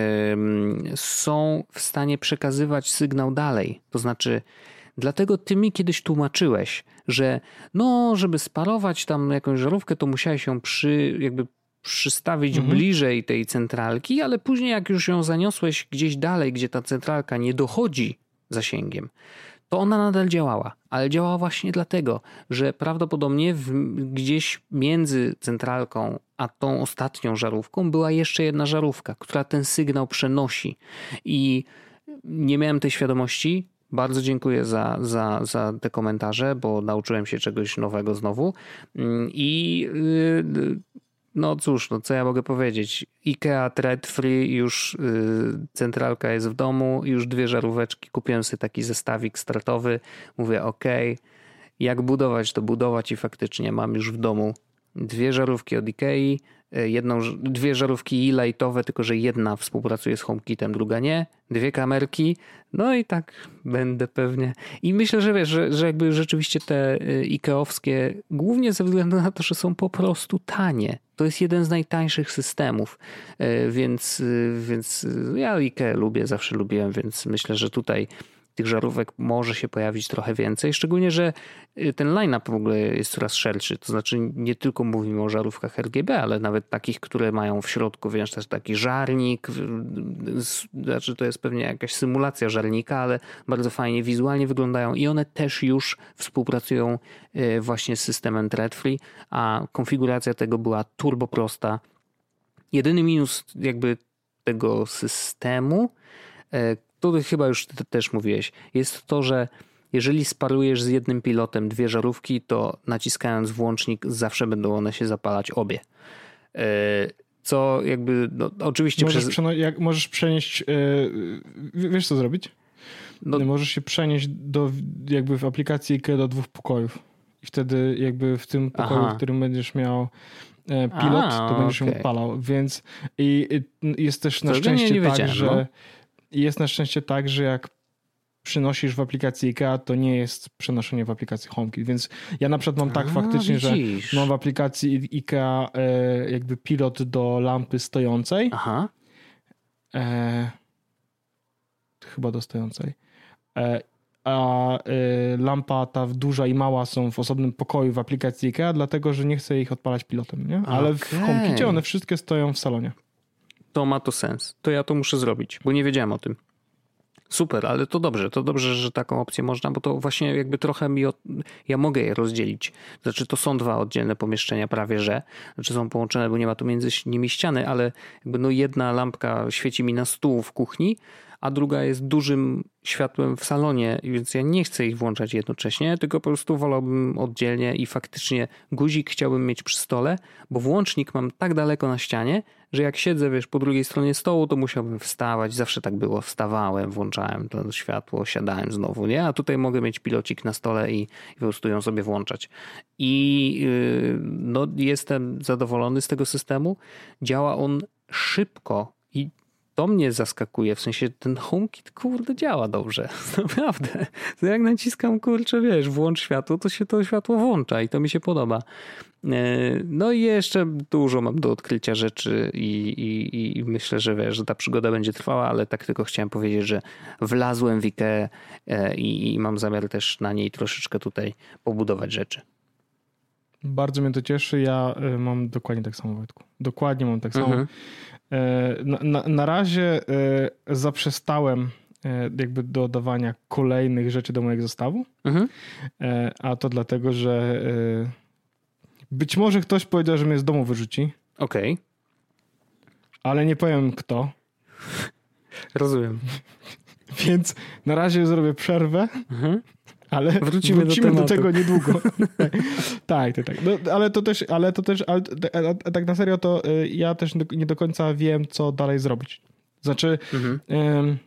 są w stanie przekazywać sygnał dalej. To znaczy, dlatego ty mi kiedyś tłumaczyłeś, że no, żeby sparować tam jakąś żarówkę, to musiałeś ją przy, jakby przystawić mhm. bliżej tej centralki, ale później jak już ją zaniosłeś gdzieś dalej, gdzie ta centralka nie dochodzi zasięgiem, to ona nadal działała, ale działała właśnie dlatego, że prawdopodobnie w, gdzieś między centralką a tą ostatnią żarówką była jeszcze jedna żarówka, która ten sygnał przenosi i nie miałem tej świadomości. Bardzo dziękuję za, za, za te komentarze, bo nauczyłem się czegoś nowego znowu i yy, no cóż, no co ja mogę powiedzieć? IKEA Thread Free, już yy, centralka jest w domu, już dwie żaróweczki, kupiłem sobie taki zestawik startowy, mówię okej, okay, jak budować to budować i faktycznie mam już w domu dwie żarówki od Ikei, jedną, dwie żarówki lightowe, tylko że jedna współpracuje z HomeKitem, druga nie, dwie kamerki, no i tak będę pewnie. I myślę, że wiesz, że, że jakby rzeczywiście te ikeowskie, głównie ze względu na to, że są po prostu tanie. To jest jeden z najtańszych systemów, więc, więc ja Ikea lubię, zawsze lubiłem, więc myślę, że tutaj tych żarówek może się pojawić trochę więcej, szczególnie, że ten line-up w ogóle jest coraz szerszy, to znaczy nie tylko mówimy o żarówkach R G B, ale nawet takich, które mają w środku, wiesz, też taki żarnik, znaczy to jest pewnie jakaś symulacja żarnika, ale bardzo fajnie wizualnie wyglądają i one też już współpracują właśnie z systemem Threadfree, a konfiguracja tego była turbo prosta. Jedyny minus jakby tego systemu, to chyba już ty też mówiłeś, jest to, że jeżeli sparujesz z jednym pilotem dwie żarówki, to naciskając włącznik zawsze będą one się zapalać obie. Co jakby, no, oczywiście... Możesz, przez... przeno- jak możesz przenieść, yy, wiesz co zrobić? No, możesz się przenieść do, jakby w aplikacji IKEA do dwóch pokojów. I wtedy jakby w tym pokoju, Aha. w którym będziesz miał pilot, A, to będziesz okay. ją odpalał. Więc i, i jest też na to szczęście nie tak, że... No. Jest na szczęście tak, że jak przynosisz w aplikacji IKEA, to nie jest przenoszenie w aplikacji HomeKit, więc ja na przykład mam tak A, faktycznie, widzisz. że mam w aplikacji IKEA e, jakby pilot do lampy stojącej. Aha. E, chyba do stojącej. E, a e, lampa ta duża i mała są w osobnym pokoju w aplikacji IKEA, dlatego, że nie chcę ich odpalać pilotem, nie? Ale okay. w HomeKicie one wszystkie stoją w salonie. To ma to sens. To ja to muszę zrobić, bo nie wiedziałem o tym. Super, ale to dobrze, to dobrze, że taką opcję można, bo to właśnie jakby trochę mi... Od... Ja mogę je rozdzielić. Znaczy to są dwa oddzielne pomieszczenia prawie, że. Znaczy są połączone, bo nie ma tu między nimi ściany, ale jakby no jedna lampka świeci mi na stół w kuchni, a druga jest dużym światłem w salonie, więc ja nie chcę ich włączać jednocześnie, tylko po prostu wolałbym oddzielnie i faktycznie guzik chciałbym mieć przy stole, bo włącznik mam tak daleko na ścianie, że jak siedzę, wiesz, po drugiej stronie stołu, to musiałbym wstawać. Zawsze tak było. Wstawałem, włączałem to światło, siadałem znowu, nie? A tutaj mogę mieć pilocik na stole i, i po prostu ją sobie włączać. I yy, no, jestem zadowolony z tego systemu. Działa on szybko i to mnie zaskakuje, w sensie ten HomeKit, kurde, działa dobrze, naprawdę. To jak naciskam, kurczę, wiesz, włącz światło, to się to światło włącza i to mi się podoba. No i jeszcze dużo mam do odkrycia rzeczy i, i, i myślę, że wiesz, że ta przygoda będzie trwała, ale tak tylko chciałem powiedzieć, że wlazłem w IKEA i, i mam zamiar też na niej troszeczkę tutaj pobudować rzeczy. Bardzo mnie to cieszy. Ja mam dokładnie tak samo, Wojtku. Dokładnie mam tak samo. Mhm. Na, na, na razie zaprzestałem jakby dodawania kolejnych rzeczy do mojego zestawu, mhm. a to dlatego, że być może ktoś powiedział, że mnie z domu wyrzuci. Okej. Okay. Ale nie powiem kto. Rozumiem. Więc na razie zrobię przerwę. Mhm. Ale wrócimy, wrócimy do, do tego niedługo. tak, tak, tak. No, ale to też, ale to też, ale, a, a tak na serio to y, ja też nie do końca wiem, co dalej zrobić. Znaczy, mhm. ym,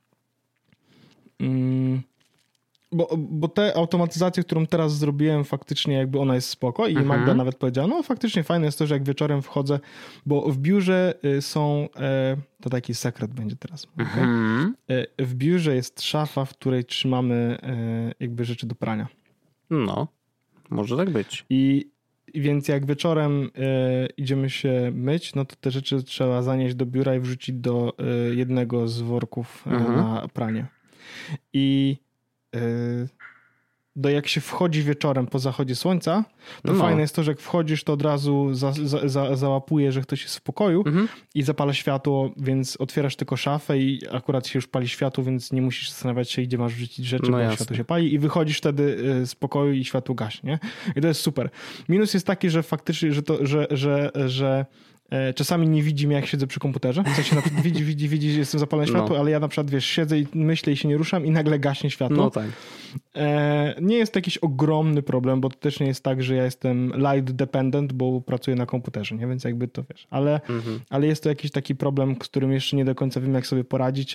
ym, bo, bo te automatyzacje, którą teraz zrobiłem, faktycznie jakby ona jest spoko i mhm. Magda nawet powiedziała, no faktycznie fajne jest to, że jak wieczorem wchodzę, bo w biurze są, e, to taki sekret będzie teraz, mhm. okay? e, w biurze jest szafa, w której trzymamy e, jakby rzeczy do prania. No, może tak być. I więc jak wieczorem e, idziemy się myć, no to te rzeczy trzeba zanieść do biura i wrzucić do e, jednego z worków e, mhm. na pranie. I do jak się wchodzi wieczorem po zachodzie słońca, to no. fajne jest to, że jak wchodzisz, to od razu za, za, za, załapuje, że ktoś jest w pokoju mhm. i zapala światło, więc otwierasz tylko szafę i akurat się już pali światło, więc nie musisz zastanawiać się, gdzie masz wrzucić rzeczy, no bo jasne. Światło się pali i wychodzisz wtedy z pokoju i światło gaśnie. I to jest super. Minus jest taki, że faktycznie, że to, że, że, że Czasami nie widzi mnie, jak siedzę przy komputerze. W sensie na przykład widzi, widzi, widzi, że jestem zapalone światło, no. ale ja na przykład, wiesz, siedzę i myślę i się nie ruszam i nagle gaśnie światło. No tak. Nie jest to jakiś ogromny problem, bo to też nie jest tak, że ja jestem light dependent, bo pracuję na komputerze, nie? Więc jakby to wiesz. Ale, mhm. ale jest to jakiś taki problem, z którym jeszcze nie do końca wiem, jak sobie poradzić.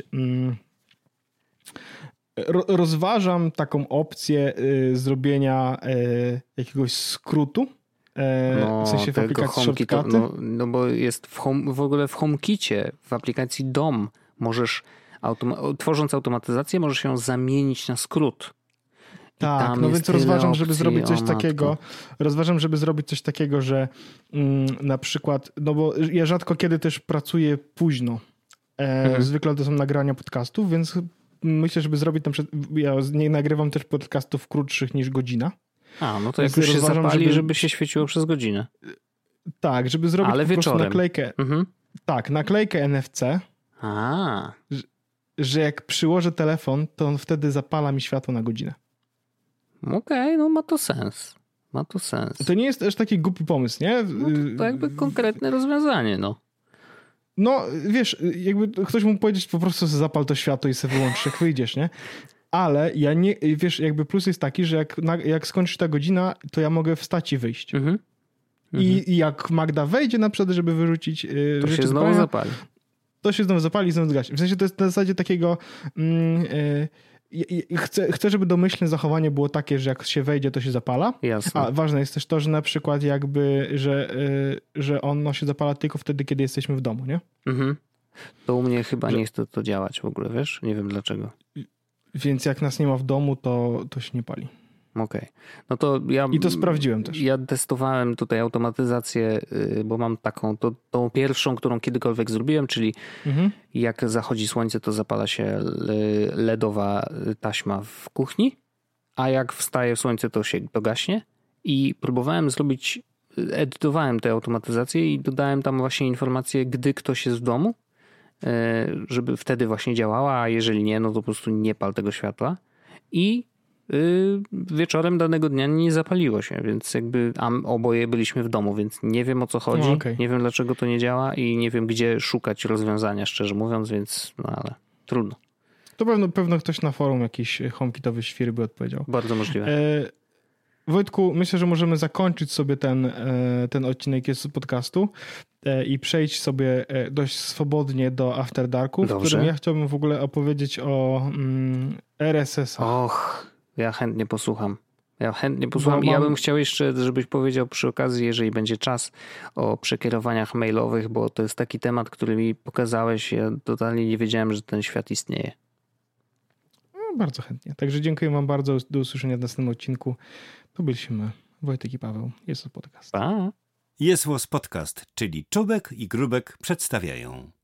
Rozważam taką opcję zrobienia jakiegoś skrótu. No, w sensie w aplikacji HomeKit, no, no bo jest w, home, w ogóle w HomeKicie, w aplikacji Dom możesz, automa- tworząc automatyzację, możesz ją zamienić na skrót. Tak, no więc rozważam, opcji, żeby zrobić coś takiego, rozważam, żeby zrobić coś takiego, że mm, na przykład, no bo ja rzadko kiedy też pracuję późno. E, mhm. Zwykle to są nagrania podcastów, więc myślę, żeby zrobić tam, ja nie nagrywam też podcastów krótszych niż godzina. A, no to jak już się zapali, żeby... żeby się świeciło przez godzinę. Tak, żeby zrobić Ale po wieczorem. prostu naklejkę. Mhm. Tak, naklejkę N F C. A. Że, że jak przyłożę telefon, to on wtedy zapala mi światło na godzinę. Okej, okay, no ma to sens. Ma to sens. To nie jest też taki głupi pomysł, nie? No to, to jakby konkretne rozwiązanie, no. No, wiesz, jakby ktoś mógł powiedzieć, po prostu zapal to światło i sobie wyłączysz, jak wyjdziesz, nie? Ale ja nie, wiesz, jakby plus jest taki, że jak, jak skończy ta godzina, to ja mogę wstać i wyjść. Mhm. I, I jak Magda wejdzie na przykład, żeby wyrzucić to się znowu zapali. zapali. To się znowu zapali i znowu zgasi. W sensie to jest na zasadzie takiego mm, y, y, chcę, chcę, żeby domyślne zachowanie było takie, że jak się wejdzie, to się zapala. Jasne. A ważne jest też to, że na przykład jakby, że, y, że ono się zapala tylko wtedy, kiedy jesteśmy w domu, nie? Mhm. To u mnie chyba że... nie chce to działać w ogóle, wiesz? Nie wiem dlaczego. Więc jak nas nie ma w domu, to, to się nie pali. Okej. Okay. No to ja... I to sprawdziłem też. Ja testowałem tutaj automatyzację, bo mam taką, to, tą pierwszą, którą kiedykolwiek zrobiłem, czyli mhm. jak zachodzi słońce, to zapala się ledowa taśma w kuchni, a jak wstaje słońce, to się to gaśnie. I próbowałem zrobić, edytowałem tę automatyzację i dodałem tam właśnie informację, gdy ktoś jest w domu, żeby wtedy właśnie działała, a jeżeli nie, no to po prostu nie pal tego światła. I yy, wieczorem danego dnia nie zapaliło się, więc jakby a oboje byliśmy w domu, więc nie wiem o co chodzi, no, okay. nie wiem dlaczego to nie działa i nie wiem gdzie szukać rozwiązania, szczerze mówiąc, więc no ale trudno. To pewno, pewno ktoś na forum jakiś HomeKitowy świr by odpowiedział. Bardzo możliwe. E- Wojtku, myślę, że możemy zakończyć sobie ten, ten odcinek z podcastu i przejść sobie dość swobodnie do After Darków, w którym ja chciałbym w ogóle opowiedzieć o mm, R S S-ach. Och, ja chętnie posłucham. Ja chętnie posłucham i mam... ja bym chciał jeszcze, żebyś powiedział przy okazji, jeżeli będzie czas, o przekierowaniach mailowych, bo to jest taki temat, który mi pokazałeś. Ja totalnie nie wiedziałem, że ten świat istnieje. No, bardzo chętnie. Także dziękuję wam bardzo. Do usłyszenia w następnym odcinku. To byliśmy Wojtek i Paweł. Jest to podcast. Pa. Jest Podcast, czyli Czubek i Grubek przedstawiają.